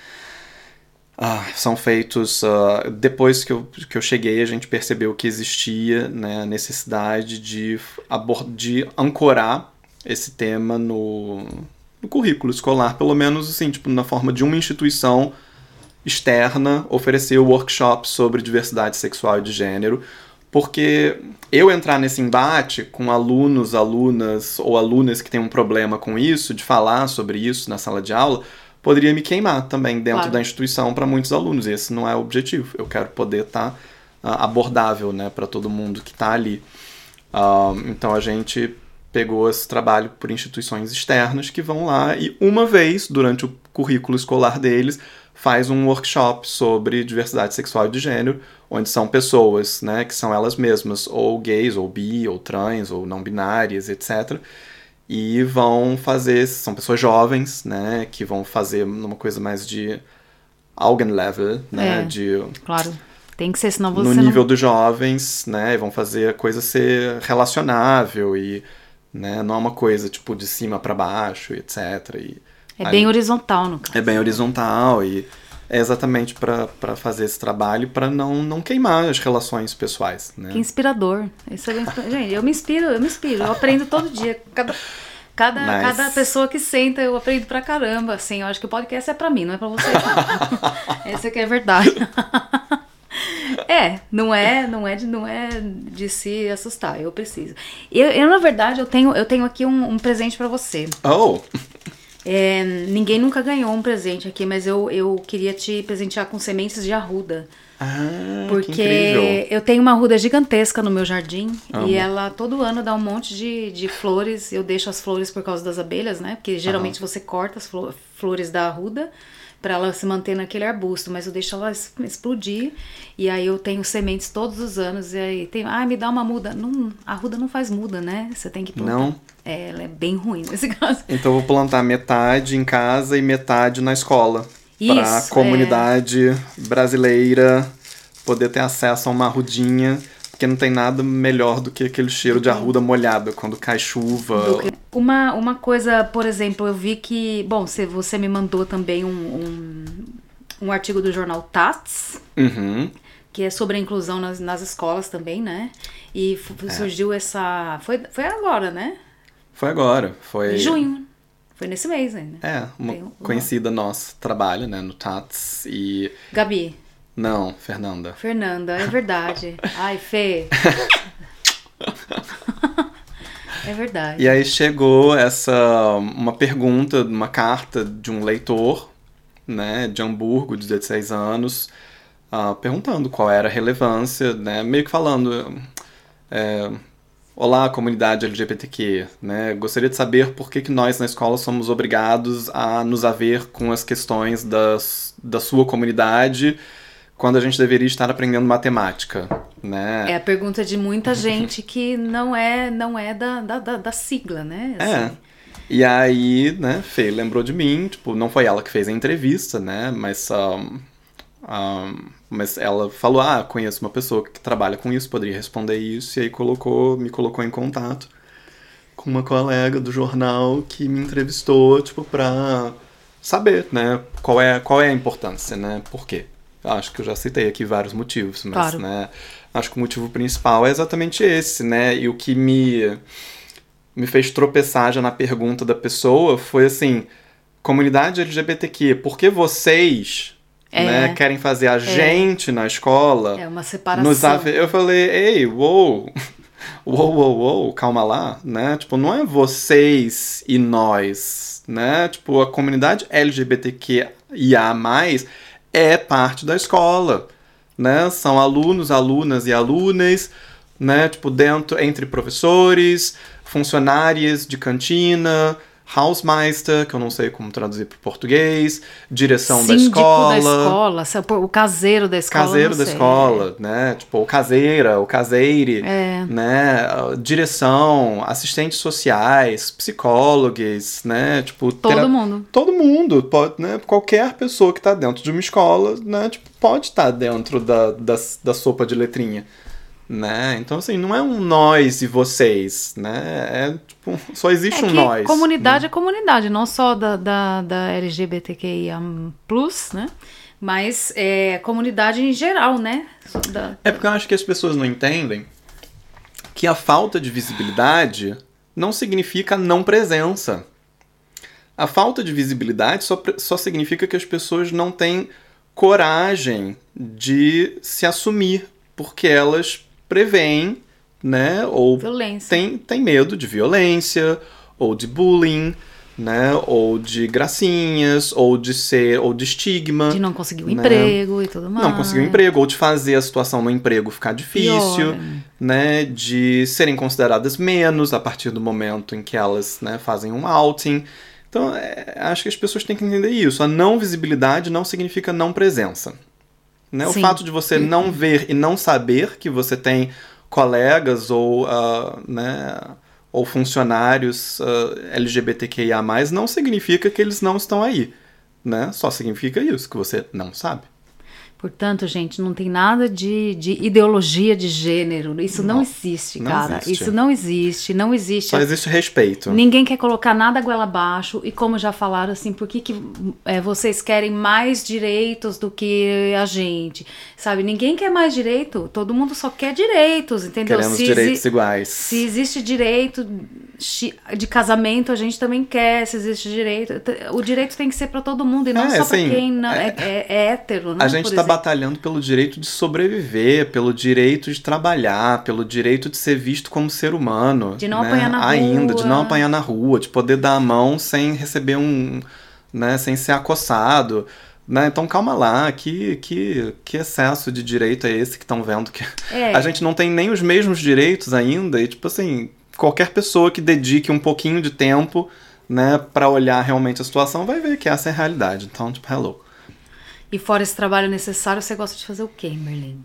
são feitos... depois que eu cheguei, a gente percebeu que existia, né, a necessidade de ancorar esse tema no currículo escolar, pelo menos assim, tipo, na forma de uma instituição externa oferecer workshops sobre diversidade sexual e de gênero, porque eu entrar nesse embate com alunos, alunas ou alunas que têm um problema com isso, de falar sobre isso na sala de aula, poderia me queimar também dentro da instituição para muitos alunos. Esse não é o objetivo. Eu quero poder estar abordável, né, para todo mundo que está ali. Então a gente pegou esse trabalho por instituições externas que vão lá e uma vez durante o currículo escolar deles faz um workshop sobre diversidade sexual e de gênero, onde são pessoas, né, que são elas mesmas, ou gays, ou bi, ou trans, ou não binárias, etc., e vão fazer, são pessoas jovens, né, que vão fazer uma coisa mais de Augenlevel, né, claro, tem que ser, senão você no nível dos jovens, né, e vão fazer a coisa ser relacionável e, né, não é uma coisa tipo de cima para baixo, etc. Bem horizontal, no caso. É bem horizontal e é exatamente para fazer esse trabalho, para não queimar as relações pessoais, né? Que inspirador. Isso é bem Gente, eu me inspiro, eu aprendo todo dia. Cada pessoa que senta, eu aprendo pra caramba, assim. Eu acho que o podcast é pra mim, não é pra vocês, não. Essa aqui é a verdade. Não é de se assustar, eu preciso. Eu na verdade, eu tenho aqui um presente pra você. Oh! Ninguém nunca ganhou um presente aqui, mas eu queria te presentear com sementes de arruda. Porque que incrível. eu tenho uma arruda gigantesca no meu jardim. Amo. E ela todo ano dá um monte de flores. Eu deixo as flores por causa das abelhas, né? Porque geralmente você corta as flores da arruda para ela se manter naquele arbusto, mas eu deixo ela explodir, e aí eu tenho sementes todos os anos, e aí me dá uma muda. Não, a arruda não faz muda, né? Você tem que plantar. Não? Ela é bem ruim nesse caso. Então eu vou plantar metade em casa e metade na escola. Para a comunidade brasileira poder ter acesso a uma arrudinha, porque não tem nada melhor do que aquele cheiro de arruda molhada quando cai chuva. Uma coisa, por exemplo, eu vi que... Bom, você me mandou também um artigo do jornal Tats, que é sobre a inclusão nas escolas também, né? E surgiu essa... Foi agora, né? Foi agora. Foi... Em junho. Foi nesse mês ainda. Uma conhecida nossa trabalha, né, no Tats e... Gabi. Não, Fernanda. Fernanda, é verdade. Ai, Fê. É verdade. E aí chegou uma pergunta, uma carta de um leitor, né, de Hamburgo, de 16 anos, perguntando qual era a relevância, né, meio que falando... Olá, comunidade LGBTQ, né? Gostaria de saber por que nós na escola somos obrigados a nos haver com as questões da sua comunidade quando a gente deveria estar aprendendo matemática, né? É a pergunta de muita gente que não é da sigla, né? Assim. E aí, né, Fê lembrou de mim, tipo, não foi ela que fez a entrevista, né? Mas ela falou, conheço uma pessoa que trabalha com isso, poderia responder isso, e aí me colocou em contato com uma colega do jornal que me entrevistou, tipo, pra saber, né, qual é a importância, né, por quê? Acho que eu já citei aqui vários motivos, mas, claro, né, acho que o motivo principal é exatamente esse, né, e o que me fez tropeçar já na pergunta da pessoa foi assim, comunidade LGBTQ, por que vocês... né, querem fazer a gente na escola. É uma separação. Eu falei, ei, uou, Uou, calma lá, né? Tipo, não é vocês e nós, né? Tipo, a comunidade LGBTQIA+, é parte da escola, né? São alunos, alunas e alunas, né? Tipo, dentro, entre professores, funcionárias de cantina, Hausmeister, que eu não sei como traduzir para o português, direção da escola. Síndico da escola, o caseiro da escola. Caseiro da escola, né? Tipo, o caseira, o caseire, né? Direção, assistentes sociais, psicólogos, né? Tipo, todo mundo. Todo mundo, pode, né? Qualquer pessoa que está dentro de uma escola, né? Tipo, pode estar dentro da sopa de letrinha. Né? Então, assim, não é um nós e vocês, né? É, tipo, só existe um nós. Comunidade é comunidade, não só da LGBTQIA+, né? Mas é comunidade em geral, né? É porque eu acho que as pessoas não entendem que a falta de visibilidade não significa não presença. A falta de visibilidade só significa que as pessoas não têm coragem de se assumir, porque elas preveem, né, ou tem medo de violência, ou de bullying, né, ou de gracinhas, ou de estigma. De não conseguir um emprego e tudo mais. Não conseguir um emprego, ou de fazer a situação no emprego ficar difícil, né, de serem consideradas menos a partir do momento em que elas, né, fazem um outing. Então, acho que as pessoas têm que entender isso. A não visibilidade não significa não presença. Né? O fato de você não ver e não saber que você tem colegas ou, né, ou funcionários LGBTQIA+, não significa que eles não estão aí. Né? Só significa isso, que você não sabe. Portanto, gente, não tem nada de ideologia de gênero. Isso não existe, cara. Existe. Isso não existe, não existe. Só existe respeito. Ninguém quer colocar nada goela abaixo. E como já falaram, assim, por que vocês querem mais direitos do que a gente? Sabe, ninguém quer mais direito. Todo mundo só quer direitos, entendeu? Queremos direitos iguais. Se existe direito de casamento, a gente também quer. Se existe direito... O direito tem que ser pra todo mundo e não só assim, pra quem é hétero, né? A gente tá batalhando pelo direito de sobreviver, pelo direito de trabalhar, pelo direito de ser visto como ser humano. De não apanhar na rua. De não apanhar na rua, de poder dar a mão sem receber né, sem ser acossado. Né? Então calma lá, que excesso de direito é esse que estão vendo? Que a gente não tem nem os mesmos direitos ainda, e tipo assim, qualquer pessoa que dedique um pouquinho de tempo, né, pra olhar realmente a situação vai ver que essa é a realidade. Então, tipo, hello. E fora esse trabalho necessário, você gosta de fazer o quê em Berlim?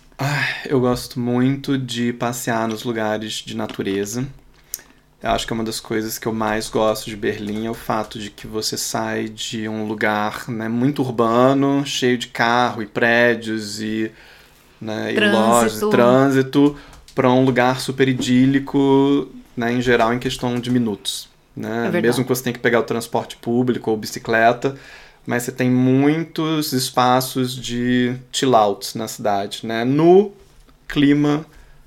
Eu gosto muito de passear nos lugares de natureza. Eu acho que é uma das coisas que eu mais gosto de Berlim é o fato de que você sai de um lugar, né, muito urbano, cheio de carro e prédios né, e lojas, trânsito, para um lugar super idílico, né, em geral em questão de minutos. Né? Mesmo que você tenha que pegar o transporte público ou bicicleta, mas você tem muitos espaços de chill out na cidade, né? No clima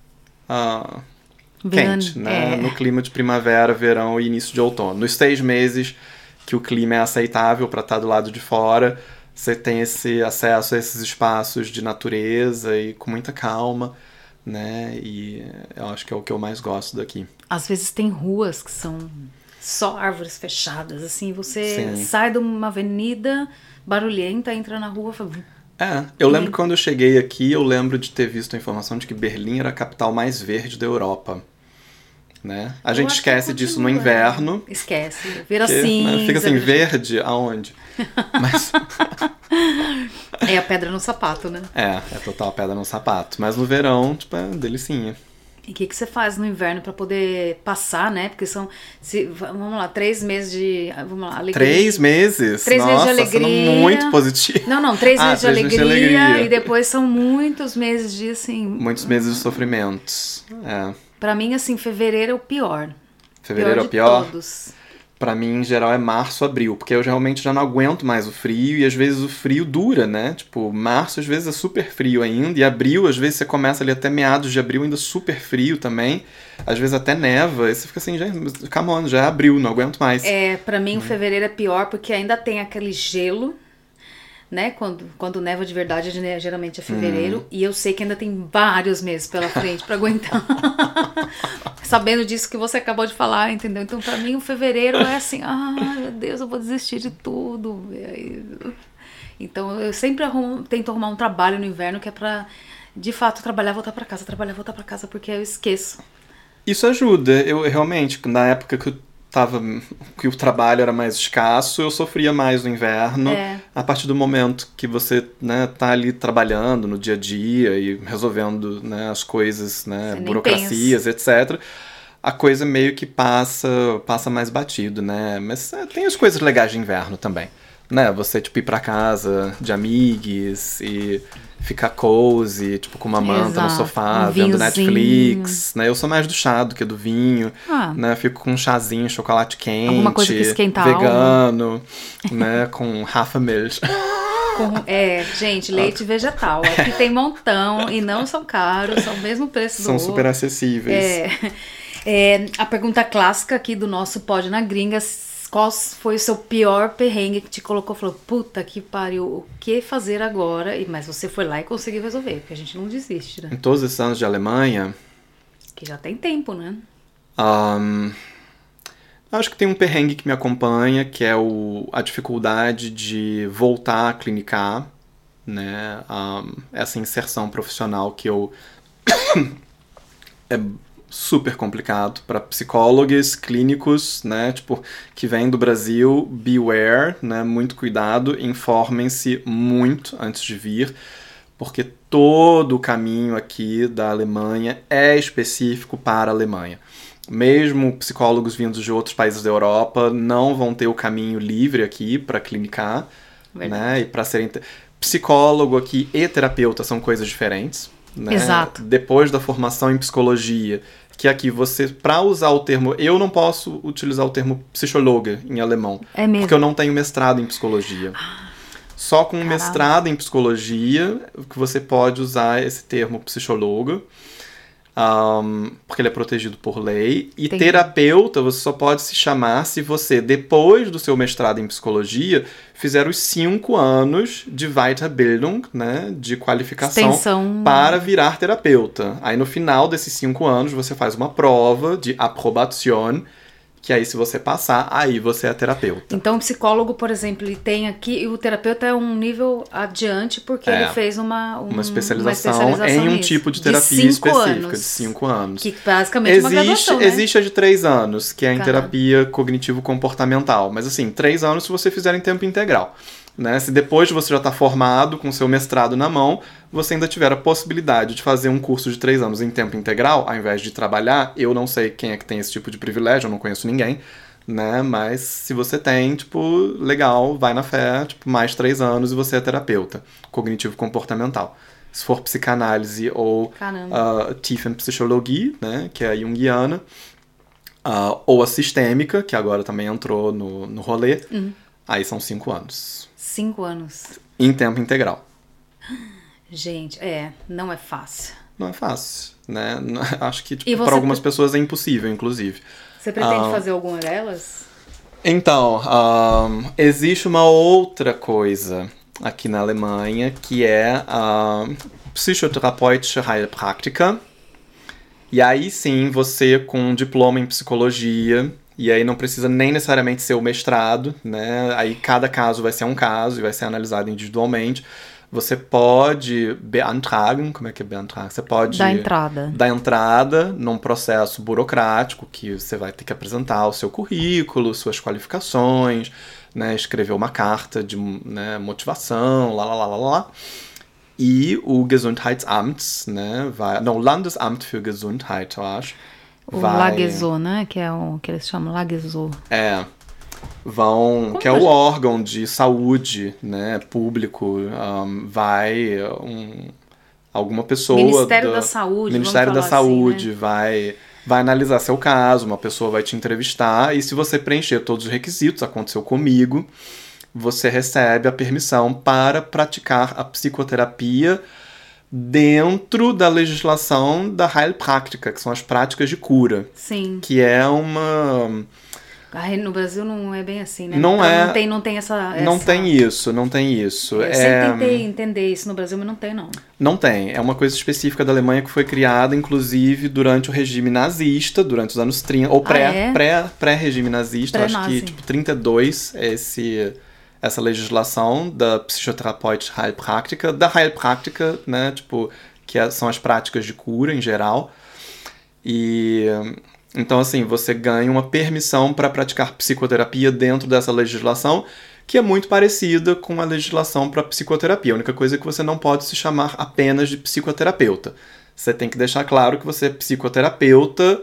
quente, né? No clima de primavera, verão e início de outono. Nos 6 meses que o clima é aceitável para estar do lado de fora, você tem esse acesso a esses espaços de natureza e com muita calma, né? E eu acho que é o que eu mais gosto daqui. Às vezes tem ruas que são só árvores fechadas, assim, você sai de uma avenida barulhenta, entra na rua... Eu lembro que quando eu cheguei aqui, eu lembro de ter visto a informação de que Berlim era a capital mais verde da Europa. Né? A gente esquece disso no inverno. Esquece, vira cinza. Né, fica assim, verde aonde? Mas... É a pedra no sapato, né? É total pedra no sapato. Mas no verão, tipo, é delicinha. E o que você faz no inverno para poder passar, né? Porque são, vamos lá, 3 meses de... Vamos lá, alegria. 3 meses? 3 meses de alegria. Muito positivo. Não, 3 meses de alegria. E depois são muitos meses de, assim... Muitos meses de sofrimentos. Pra mim, assim, fevereiro é o pior. Fevereiro é o pior? Todos. Pra mim, em geral, é março, abril. Porque eu realmente já não aguento mais o frio. E às vezes o frio dura, né? Tipo, março às vezes é super frio ainda. E abril, às vezes você começa ali até meados de abril ainda super frio também. Às vezes até neva. E você fica assim, come on, já é abril, não aguento mais. Pra mim o fevereiro é pior porque ainda tem aquele gelo, né? Quando neva de verdade, geralmente é fevereiro. E eu sei que ainda tem vários meses pela frente pra aguentar. Sabendo disso que você acabou de falar, entendeu? Então, pra mim, o fevereiro é assim, ai, meu Deus, eu vou desistir de tudo. Então, eu sempre tento arrumar um trabalho no inverno que é pra, de fato, trabalhar, voltar pra casa, porque eu esqueço. Isso ajuda. Eu realmente, na época que o trabalho era mais escasso, eu sofria mais no inverno. A partir do momento que você, né, tá ali trabalhando no dia a dia e resolvendo, né, as coisas, né, burocracias, etc., a coisa meio que passa mais batido, né? Mas tem as coisas legais de inverno também, né? Você, tipo, ir pra casa de amigos e ficar cozy, tipo, com uma manta no sofá, vendo Netflix, né? Eu sou mais do chá do que do vinho, né? Fico com um chazinho, chocolate quente, alguma coisa que esquenta vegano, né? Com Hafermilch. Gente, leite vegetal. Aqui tem montão e não são caros, são o mesmo preço do São super acessíveis. A pergunta clássica aqui do nosso Pod na Gringa: qual foi o seu pior perrengue que te colocou? Falou, puta que pariu, o que fazer agora? Mas você foi lá e conseguiu resolver, porque a gente não desiste, né? Em todos esses anos de Alemanha... Que já tem tempo, né? Acho que tem um perrengue que me acompanha, que é a dificuldade de voltar a clinicar, né? Essa inserção profissional que eu... é super complicado para psicólogos clínicos, né, tipo, que vêm do Brasil, beware, né, muito cuidado, informem-se muito antes de vir, porque todo o caminho aqui da Alemanha é específico para a Alemanha. Mesmo psicólogos vindos de outros países da Europa não vão ter o caminho livre aqui para clinicar, né, e para serem... Psicólogo aqui e terapeuta são coisas diferentes, né? Exato. Depois da formação em psicologia, que aqui você, para usar o termo, eu não posso utilizar o termo psicóloga em alemão, porque eu não tenho mestrado em psicologia. Só com um mestrado em psicologia que você pode usar esse termo psicóloga, porque ele é protegido por lei. E terapeuta você só pode se chamar se você, depois do seu mestrado em psicologia, fizer os 5 anos de Weiterbildung, né, de qualificação para virar terapeuta. Aí no final desses 5 anos você faz uma prova de Approbation, que aí se você passar, aí você é terapeuta. Então o psicólogo, por exemplo, ele tem aqui, e o terapeuta é um nível adiante, porque ele fez uma especialização em um tipo de terapia específica, de 5 anos. Que basicamente é uma graduação, né? Existe a de 3 anos, que é em terapia cognitivo-comportamental. Mas assim, 3 anos se você fizer em tempo integral. Né? Se depois de você já estar formado, com seu mestrado na mão, você ainda tiver a possibilidade de fazer um curso de 3 anos em tempo integral, ao invés de trabalhar, eu não sei quem é que tem esse tipo de privilégio, eu não conheço ninguém, né? Mas se você tem, tipo, legal, vai na fé, tipo, mais 3 anos e você é terapeuta cognitivo-comportamental. Se for psicanálise ou Tiefenpsychologie, né? Que é a junguiana, ou a sistêmica, que agora também entrou no rolê, aí são 5 anos. 5 anos. Em tempo integral. Gente, não é fácil. Não é fácil, né? Acho que tipo, para algumas pessoas é impossível, inclusive. Você pretende fazer alguma delas? Então, existe uma outra coisa aqui na Alemanha, que é a Psychotherapeutische Heilpraktiker. E aí sim, você com um diploma em psicologia... E aí não precisa nem necessariamente ser o mestrado, né? Aí cada caso vai ser um caso e vai ser analisado individualmente. Você pode beantragen, como é que é beantragen? Você pode dar entrada num processo burocrático que você vai ter que apresentar o seu currículo, suas qualificações, né? Escrever uma carta de, né, motivação, lá. E o Gesundheitsamt, né? Landesamt für Gesundheit, eu acho. O Lageso, né? Que é o que eles chamam Lageso. Que é o órgão de saúde, né, público, alguma pessoa... Ministério da Saúde, Ministério da Saúde, assim, né? vai analisar seu caso, uma pessoa vai te entrevistar, e se você preencher todos os requisitos, aconteceu comigo, você recebe a permissão para praticar a psicoterapia dentro da legislação da Heilpraktiker, que são as práticas de cura. Sim. Que é uma... Ai, no Brasil não é bem assim, né? Não então, é... Não tem essa... Não tem isso, não tem isso. Eu sempre tentei entender isso no Brasil, mas não tem, não. Não tem. É uma coisa específica da Alemanha que foi criada, inclusive, durante o regime nazista, durante os anos 30, ou pré-regime nazista, acho que, tipo, 32 é essa legislação da Psychotherapeutische Heilpraktiker, da Heilpraktiker, né, tipo, são as práticas de cura em geral. E então, assim, você ganha uma permissão para praticar psicoterapia dentro dessa legislação, que é muito parecida com a legislação para psicoterapia. A única coisa é que você não pode se chamar apenas de psicoterapeuta. Você tem que deixar claro que você é psicoterapeuta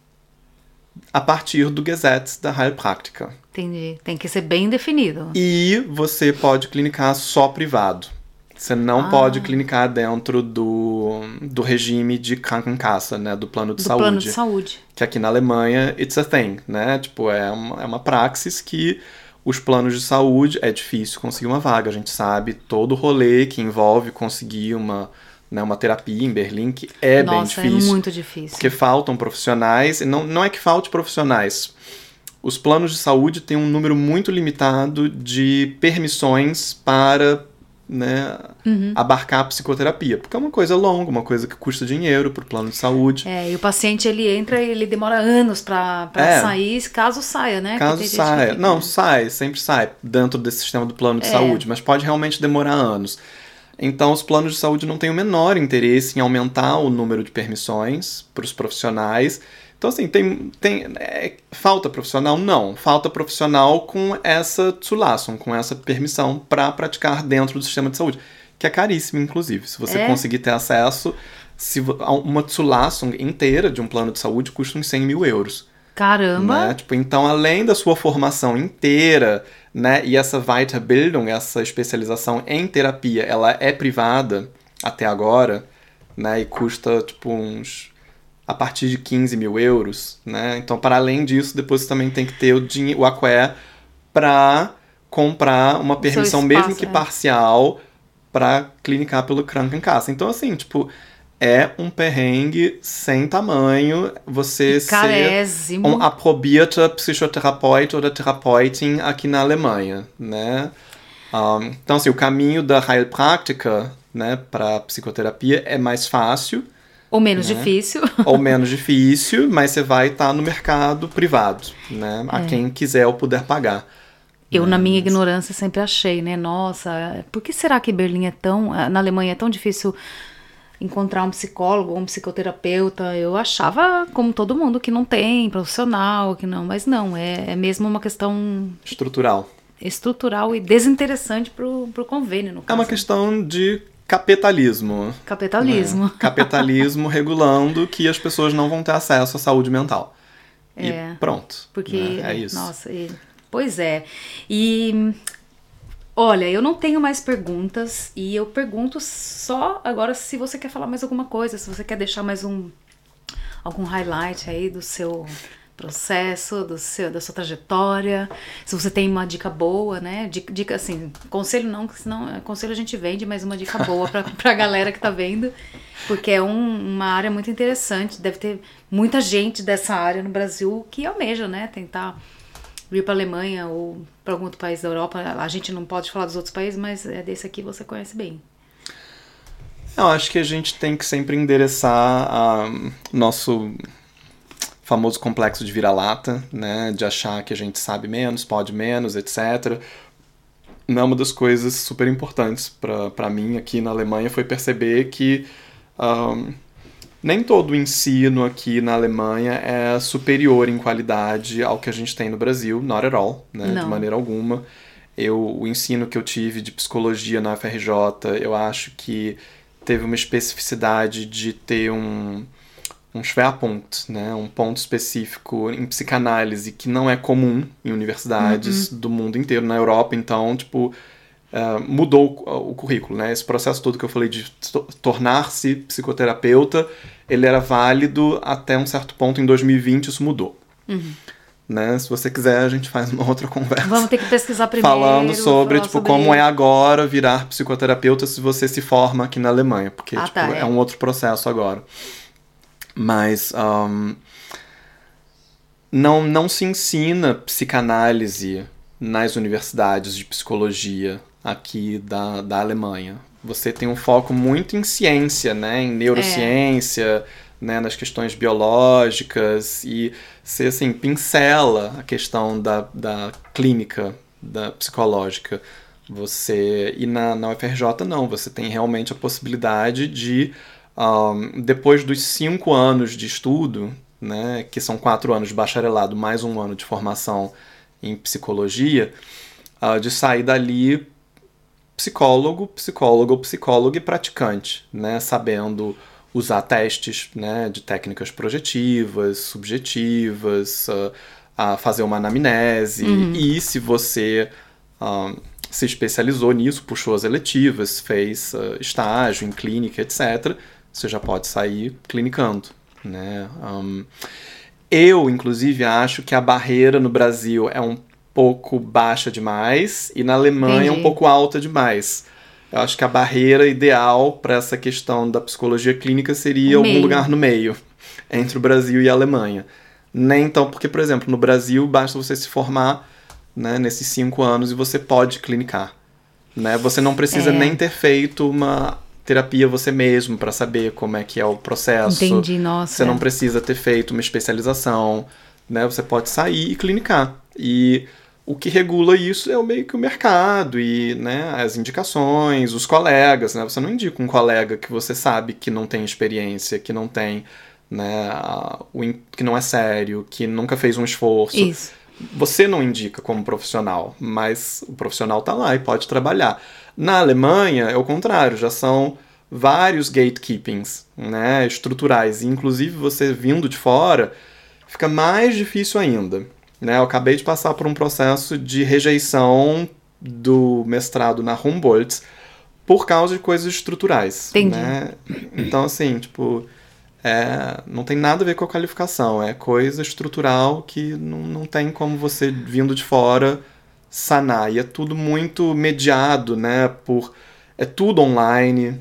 a partir do Gesetz da Heilpraktiker. Entendi. Tem que ser bem definido. E você pode clinicar só privado. Você não pode clinicar dentro do regime de Krankenkasse, né? Do plano de saúde. Plano de saúde. Que aqui na Alemanha, it's a thing, né? Tipo, é uma praxis que os planos de saúde, é difícil conseguir uma vaga. A gente sabe todo o rolê que envolve conseguir uma terapia em Berlim, que é bem difícil. Nossa, é muito difícil. Porque faltam profissionais, e não é que falte profissionais. Os planos de saúde têm um número muito limitado de permissões para, né, abarcar a psicoterapia. Porque é uma coisa longa, uma coisa que custa dinheiro para o plano de saúde. E o paciente, ele entra e ele demora anos para sair, caso saia, né? Caso saia. Não, sempre sai dentro desse sistema do plano de saúde, mas pode realmente demorar anos. Então, os planos de saúde não têm o menor interesse em aumentar o número de permissões para os profissionais. Então, assim, falta profissional? Não. Falta profissional com essa Zulassung, com essa permissão para praticar dentro do sistema de saúde, que é caríssimo, inclusive. Se você conseguir ter acesso, uma Zulassung inteira de um plano de saúde custa uns 100 mil euros. Caramba! Né? Tipo, então, além da sua formação inteira, né, e essa Weiterbildung, essa especialização em terapia, ela é privada até agora, né, e custa, tipo, a partir de 15 mil euros, né? Então, para além disso, depois você também tem que ter o AQE para comprar uma permissão, mesmo que parcial, para clinicar pelo Krankenkasse. Então, assim, tipo, é um perrengue sem tamanho você ser um aprobierter Psychotherapeut oder Therapeutin aqui na Alemanha, né? Então, assim, o caminho da Heilpraktiker, né, para psicoterapia é mais fácil. Ou menos difícil. Ou menos difícil, mas você vai estar no mercado privado, né? A quem quiser ou puder pagar. Eu, na minha ignorância, sempre achei, né? Nossa, por que será que Berlim na Alemanha é tão difícil encontrar um psicólogo ou um psicoterapeuta? Eu achava, como todo mundo, que não tem profissional, que não, mas não, é mesmo uma questão estrutural e desinteressante pro convênio, no caso. É uma questão de capitalismo. Capitalismo. Né? Capitalismo regulando que as pessoas não vão ter acesso à saúde mental. E pronto. Porque, né? É isso. Nossa, pois é. E, olha, eu não tenho mais perguntas e eu pergunto só agora se você quer falar mais alguma coisa, se você quer deixar mais algum highlight aí do seu processo, da sua trajetória, se você tem uma dica boa, né? Dica assim, conselho não, senão conselho a gente vende, mas uma dica boa pra galera que tá vendo, porque é uma área muito interessante, deve ter muita gente dessa área no Brasil que almeja, né? Tentar vir pra Alemanha ou pra algum outro país da Europa. A gente não pode falar dos outros países, mas desse aqui você conhece bem. Eu acho que a gente tem que sempre endereçar nosso famoso complexo de vira-lata, né, de achar que a gente sabe menos, pode menos, etc. Uma das coisas super importantes para mim aqui na Alemanha foi perceber que nem todo o ensino aqui na Alemanha é superior em qualidade ao que a gente tem no Brasil, not at all, né, de maneira alguma. O ensino que eu tive de psicologia na UFRJ, eu acho que teve uma especificidade de ter um Schwerpunkt, né, um ponto específico em psicanálise que não é comum em universidades do mundo inteiro, na Europa. Então, tipo, mudou o currículo, né? Esse processo todo que eu falei de tornar-se psicoterapeuta, ele era válido até um certo ponto. Em 2020 isso mudou. Né? Se você quiser, a gente faz uma outra conversa. Vamos ter que pesquisar primeiro. Falando sobre como é agora virar psicoterapeuta se você se forma aqui na Alemanha. Porque é um outro processo agora. Mas não se ensina psicanálise nas universidades de psicologia aqui da Alemanha. Você tem um foco muito em ciência, né? Em neurociência, né? Nas questões biológicas, e você, assim, pincela a questão da clínica, da psicológica. E na UFRJ não, você tem realmente a possibilidade de, depois dos 5 anos de estudo, né? Que são 4 anos de bacharelado mais 1 ano de formação em psicologia, de sair dali psicólogo e praticante, né? Sabendo usar testes, né? De técnicas projetivas, subjetivas, a fazer uma anamnese. E se você se especializou nisso, puxou as eletivas, fez estágio em clínica, etc., você já pode sair clinicando, né? Eu, inclusive, acho que a barreira no Brasil é um pouco baixa demais e na Alemanha é um pouco alta demais. Eu acho que a barreira ideal para essa questão da psicologia clínica seria algum lugar no meio, entre o Brasil e a Alemanha. Nem então, porque, por exemplo, no Brasil basta você se formar, né, nesses 5 anos e você pode clinicar, né? Você não precisa nem ter feito uma terapia você mesmo para saber como é que é o processo. Entendi, nossa. Você não precisa ter feito uma especialização, né? Você pode sair e clinicar. E o que regula isso é meio que o mercado e, né, as indicações, os colegas, né? Você não indica um colega que você sabe que não tem experiência, que não tem, né, que não é sério, que nunca fez um esforço. Isso. Você não indica como profissional, mas o profissional está lá e pode trabalhar. Na Alemanha é o contrário, já são vários gatekeepings, né, estruturais. E, inclusive, você vindo de fora, fica mais difícil ainda. Né? Eu acabei de passar por um processo de rejeição do mestrado na Humboldt por causa de coisas estruturais. Entendi. Né? Então, assim, tipo... não tem nada a ver com a qualificação, é coisa estrutural que não tem como você, vindo de fora, sanar. E é tudo muito mediado, né? É tudo online,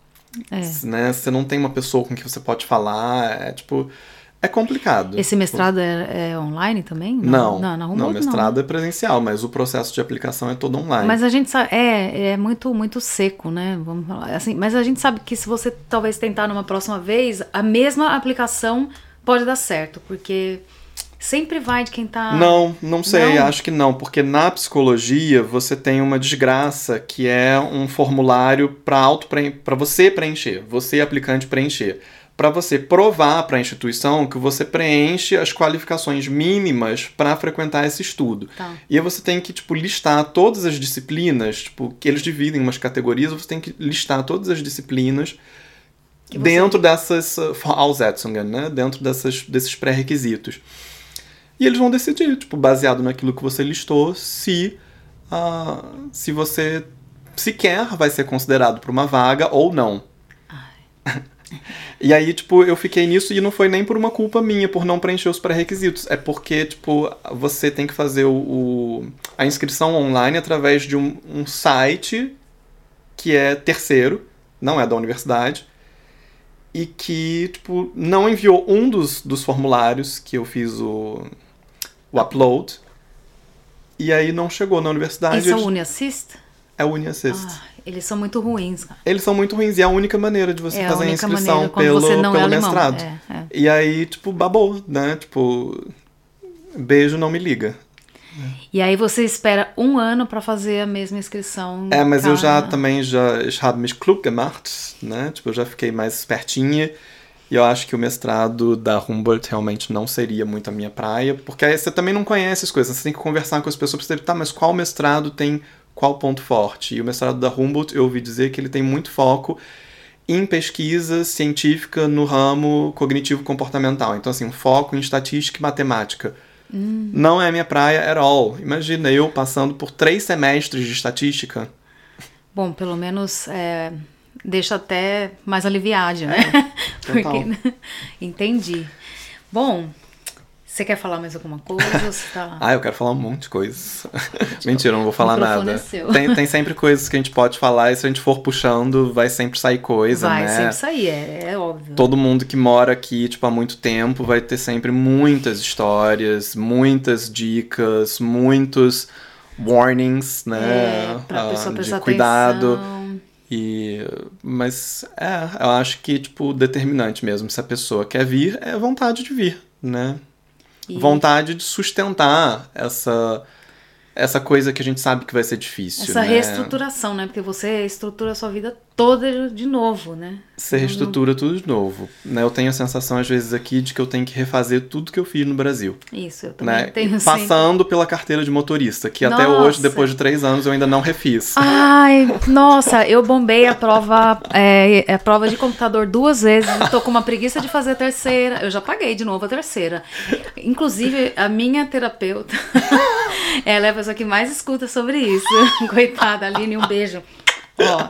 né? Você não tem uma pessoa com quem você pode falar, é complicado. Esse mestrado é online também? Não, o mestrado é presencial, mas o processo de aplicação é todo online. Mas a gente sabe, é muito, muito seco, né? Vamos falar assim. Mas a gente sabe que se você talvez tentar numa próxima vez, a mesma aplicação pode dar certo, porque sempre vai de quem tá... Não sei, acho que não, porque na psicologia você tem uma desgraça que é um formulário para você preencher, você aplicante preencher. Para você provar para a instituição que você preenche as qualificações mínimas para frequentar esse estudo. Tá. E aí você tem que, listar todas as disciplinas, que eles dividem em umas categorias, você tem que listar todas as disciplinas dentro dessas Voraussetzungen, né? Dentro desses pré-requisitos. E eles vão decidir, baseado naquilo que você listou, se você sequer vai ser considerado para uma vaga ou não. E aí, eu fiquei nisso e não foi nem por uma culpa minha, por não preencher os pré-requisitos. É porque, você tem que fazer a inscrição online através de um site que é terceiro, não é da universidade, e que, não enviou um dos formulários que eu fiz o upload, e aí não chegou na universidade. Esse é o UniAssist? É o UniAssist. Eles são muito ruins, cara. Eles são muito ruins e é a única maneira de você fazer a inscrição pelo mestrado. E aí, babou, né? Beijo, não me liga. E aí você espera 1 ano pra fazer a mesma inscrição. Mas eu ich habe mich klug gemacht, né? Eu já fiquei mais espertinha. E eu acho que o mestrado da Humboldt realmente não seria muito a minha praia, porque aí você também não conhece as coisas, você tem que conversar com as pessoas pra saber, mas qual mestrado tem qual ponto forte? E o mestrado da Humboldt, eu ouvi dizer que ele tem muito foco em pesquisa científica no ramo cognitivo-comportamental. Então, assim, um foco em estatística e matemática. Não é a minha praia at all. Imagina eu passando por 3 semestres de estatística. Bom, pelo menos deixa até mais aliviado, né? Porque... Entendi. Bom, Você quer falar mais alguma coisa? Ou você tá... Eu quero falar um monte de coisas. Mentira, eu não vou falar nada. É seu. Tem sempre coisas que a gente pode falar e se a gente for puxando, vai sempre sair coisa, né? Vai sempre sair, é óbvio. Todo mundo que mora aqui, tipo, há muito tempo vai ter sempre muitas histórias, muitas dicas, muitos warnings, né? Pra pessoa prestar de cuidado. atenção. Mas eu acho que, tipo, determinante mesmo. Se a pessoa quer vir, é vontade de vir, né? Vontade de sustentar essa coisa que a gente sabe que vai ser difícil, essa né? reestruturação, né? Porque você estrutura a sua vida toda de novo, né? Você reestrutura tudo de novo, né? Eu tenho a sensação, às vezes, aqui, de que eu tenho que refazer tudo que eu fiz no Brasil. Isso, eu também né? tenho Passando pela carteira de motorista, que até hoje, depois de 3 anos, eu ainda não refiz. Ai, nossa, eu bombei a prova de computador 2 vezes, tô com uma preguiça de fazer a terceira, eu já paguei de novo a terceira. Inclusive, a minha terapeuta, ela é a pessoa que mais escuta sobre isso. Coitada, Aline, um beijo. Ó,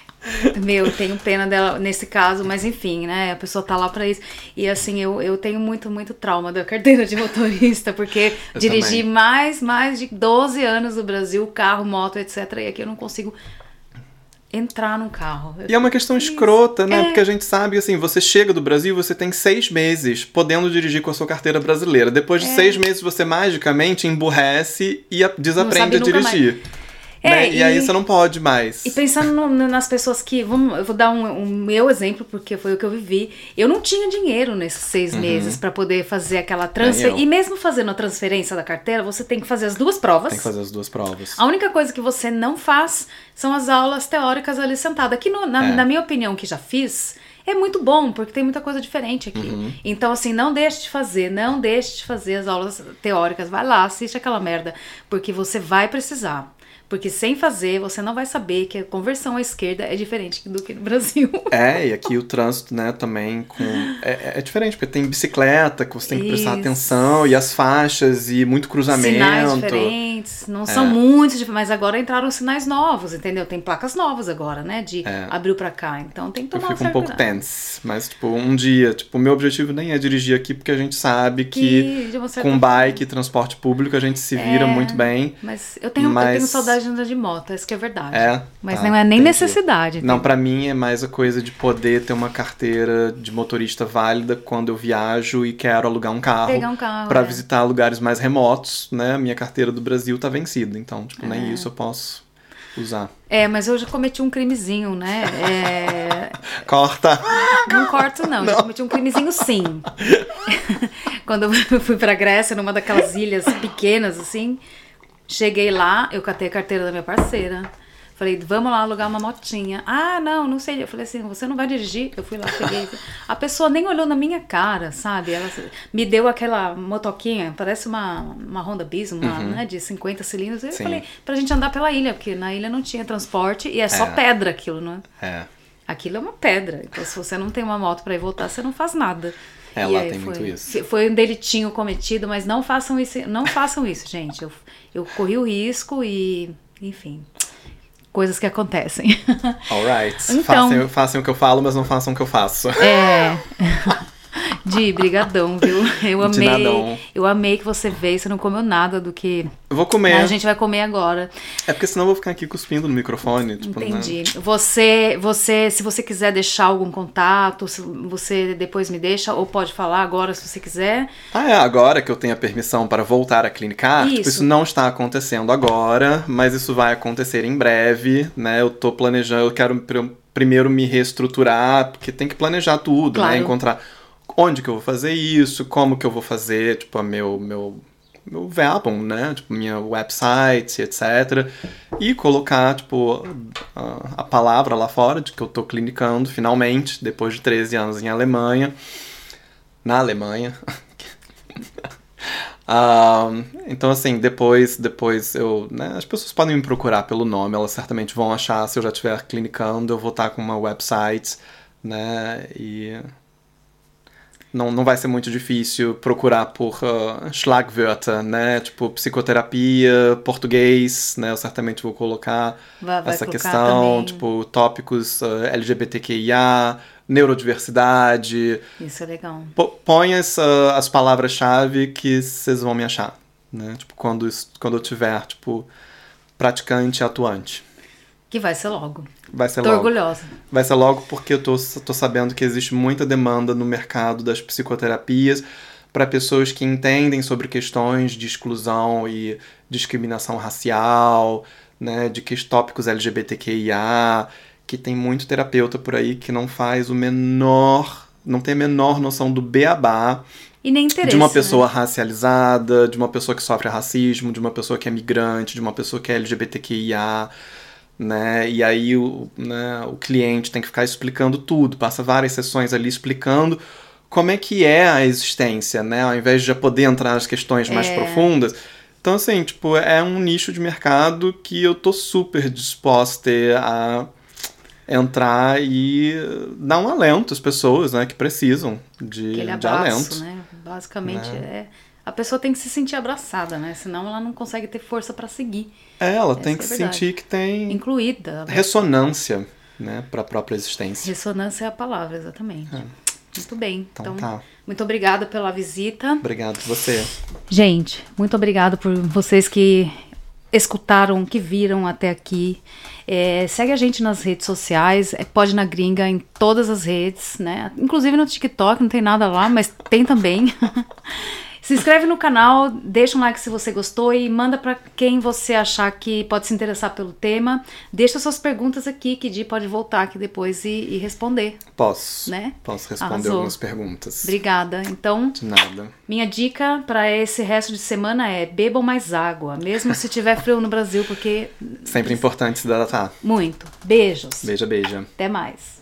tenho pena dela nesse caso, mas enfim, né, a pessoa tá lá pra isso. E assim, eu tenho muito, muito trauma da carteira de motorista, porque eu dirigi mais de 12 anos no Brasil, carro, moto, etc. E aqui eu não consigo entrar num carro. E é uma questão escrota, né? Porque a gente sabe, assim, você chega do Brasil, você tem 6 meses podendo dirigir com a sua carteira brasileira. Depois de 6 meses, você magicamente emburrece e desaprende a dirigir. Né? E aí você não pode mais. E pensando nas pessoas que... eu vou dar um meu exemplo, porque foi o que eu vivi. Eu não tinha dinheiro nesses 6 meses para poder fazer aquela transferência. E mesmo fazendo a transferência da carteira, você tem que fazer as 2 provas. Tem que fazer as 2 provas. A única coisa que você não faz são as aulas teóricas ali sentada. Aqui, na minha opinião, que já fiz... É muito bom, porque tem muita coisa diferente aqui. Então, assim, não deixe de fazer as aulas teóricas. Vai lá, assiste aquela merda, porque você vai precisar. Porque sem fazer, você não vai saber que a conversão à esquerda é diferente do que no Brasil. E aqui o trânsito, né, também é diferente, porque tem bicicleta que você tem que prestar atenção, e as faixas, e muito cruzamento. Sinais diferentes, não são muitos, mas agora entraram sinais novos, entendeu? Tem placas novas agora, né, de abril pra cá, então tem que tomar Eu fico um pouco tense, mas, tipo, um dia, tipo, o meu objetivo nem é dirigir aqui, porque a gente sabe que com bike e transporte público a gente se vira muito bem. Mas eu tenho saudade de andar de moto, isso que é verdade. Mas não é nem entendi. Necessidade. Não, pra mim é mais a coisa de poder ter uma carteira de motorista válida quando eu viajo e quero alugar um carro. Pegar um carro, pra visitar lugares mais remotos, né? Minha carteira do Brasil tá vencida, então, tipo, nem isso eu posso usar. Mas eu já cometi um crimezinho, né? Corta! Não corto, não. Já cometi um crimezinho, sim. Quando eu fui pra Grécia, numa daquelas ilhas pequenas, assim... Cheguei lá, eu catei a carteira da minha parceira. Falei, vamos lá alugar uma motinha. Não sei. Eu falei assim, você não vai dirigir? Eu fui lá, peguei. A pessoa nem olhou na minha cara, sabe? Ela me deu aquela motoquinha, parece uma Honda Bis, né, de 50 cilindros. Eu falei, pra gente andar pela ilha, porque na ilha não tinha transporte e é só pedra aquilo, não é? Aquilo é uma pedra. Então, se você não tem uma moto pra ir voltar, você não faz nada. Lá tem muito isso. Foi um delitinho cometido, mas não façam isso, gente. Eu corri o risco e, enfim, coisas que acontecem. Alright. Então, façam o que eu falo, mas não façam o que eu faço. Di, brigadão, viu? Eu amei que você veio, você não comeu nada do que... Eu vou comer. A gente vai comer agora. Porque senão eu vou ficar aqui cuspindo no microfone. Tipo, entendi. Né? Se você quiser deixar algum contato, você depois me deixa, ou pode falar agora se você quiser. Agora que eu tenho a permissão para voltar a clinicar, isso não está acontecendo agora, mas isso vai acontecer em breve, né? Eu tô planejando, eu quero primeiro me reestruturar, porque tem que planejar tudo, né? Encontrar onde que eu vou fazer isso, como que eu vou fazer, tipo, meu Werbung, né? Tipo, minha website, etc. E colocar, tipo, a palavra lá fora de que eu tô clinicando, finalmente, depois de 13 anos na Alemanha. Então, assim, depois eu, né, as pessoas podem me procurar pelo nome, elas certamente vão achar, se eu já estiver clinicando, eu vou estar com uma website, né, e não vai ser muito difícil procurar por Schlagwörter, né, tipo psicoterapia, português, né, eu certamente vou colocar essa questão, também. Tipo tópicos LGBTQIA, neurodiversidade. Isso é legal. Põe as palavras-chave que vocês vão me achar, né? Tipo, quando eu tiver, tipo, praticante atuante. Que vai ser logo. Vai ser Tô logo. orgulhosa. Vai ser logo porque eu tô sabendo que existe muita demanda no mercado das psicoterapias para pessoas que entendem sobre questões de exclusão e discriminação racial, né, de que tópicos LGBTQIA, que tem muito terapeuta por aí que não tem a menor noção do beabá E nem interesse, de uma pessoa né? racializada, de uma pessoa que sofre racismo, de uma pessoa que é migrante, de uma pessoa que é LGBTQIA, né? E aí o cliente tem que ficar explicando tudo, passa várias sessões ali explicando como é que é a existência, né? Ao invés de já poder entrar nas questões mais profundas. Então, assim, tipo, é um nicho de mercado que eu tô super disposta a entrar e dar um alento às pessoas, né, que precisam de Aquele abraço, alento. né? Basicamente a pessoa tem que se sentir abraçada, né? Senão ela não consegue ter força pra seguir. Ela tem que é sentir que tem incluída. ressonância, né, para a própria existência. Ressonância é a palavra, exatamente. Muito bem. Então tá. Muito obrigada pela visita. Obrigado você. Gente, muito obrigado por vocês que escutaram, que viram até aqui. Segue a gente nas redes sociais, Pod na Gringa em todas as redes, né? Inclusive no TikTok, não tem nada lá, mas tem também. Se inscreve no canal, deixa um like se você gostou e manda pra quem você achar que pode se interessar pelo tema. Deixa suas perguntas aqui, que Di pode voltar aqui depois e responder. Posso. Né? Posso responder Arrasou. algumas perguntas. Obrigada. Então, De nada. minha dica para esse resto de semana é bebam mais água, mesmo se tiver frio no Brasil, porque... Sempre importante se hidratar. Muito. Beijos. Beija. Até mais.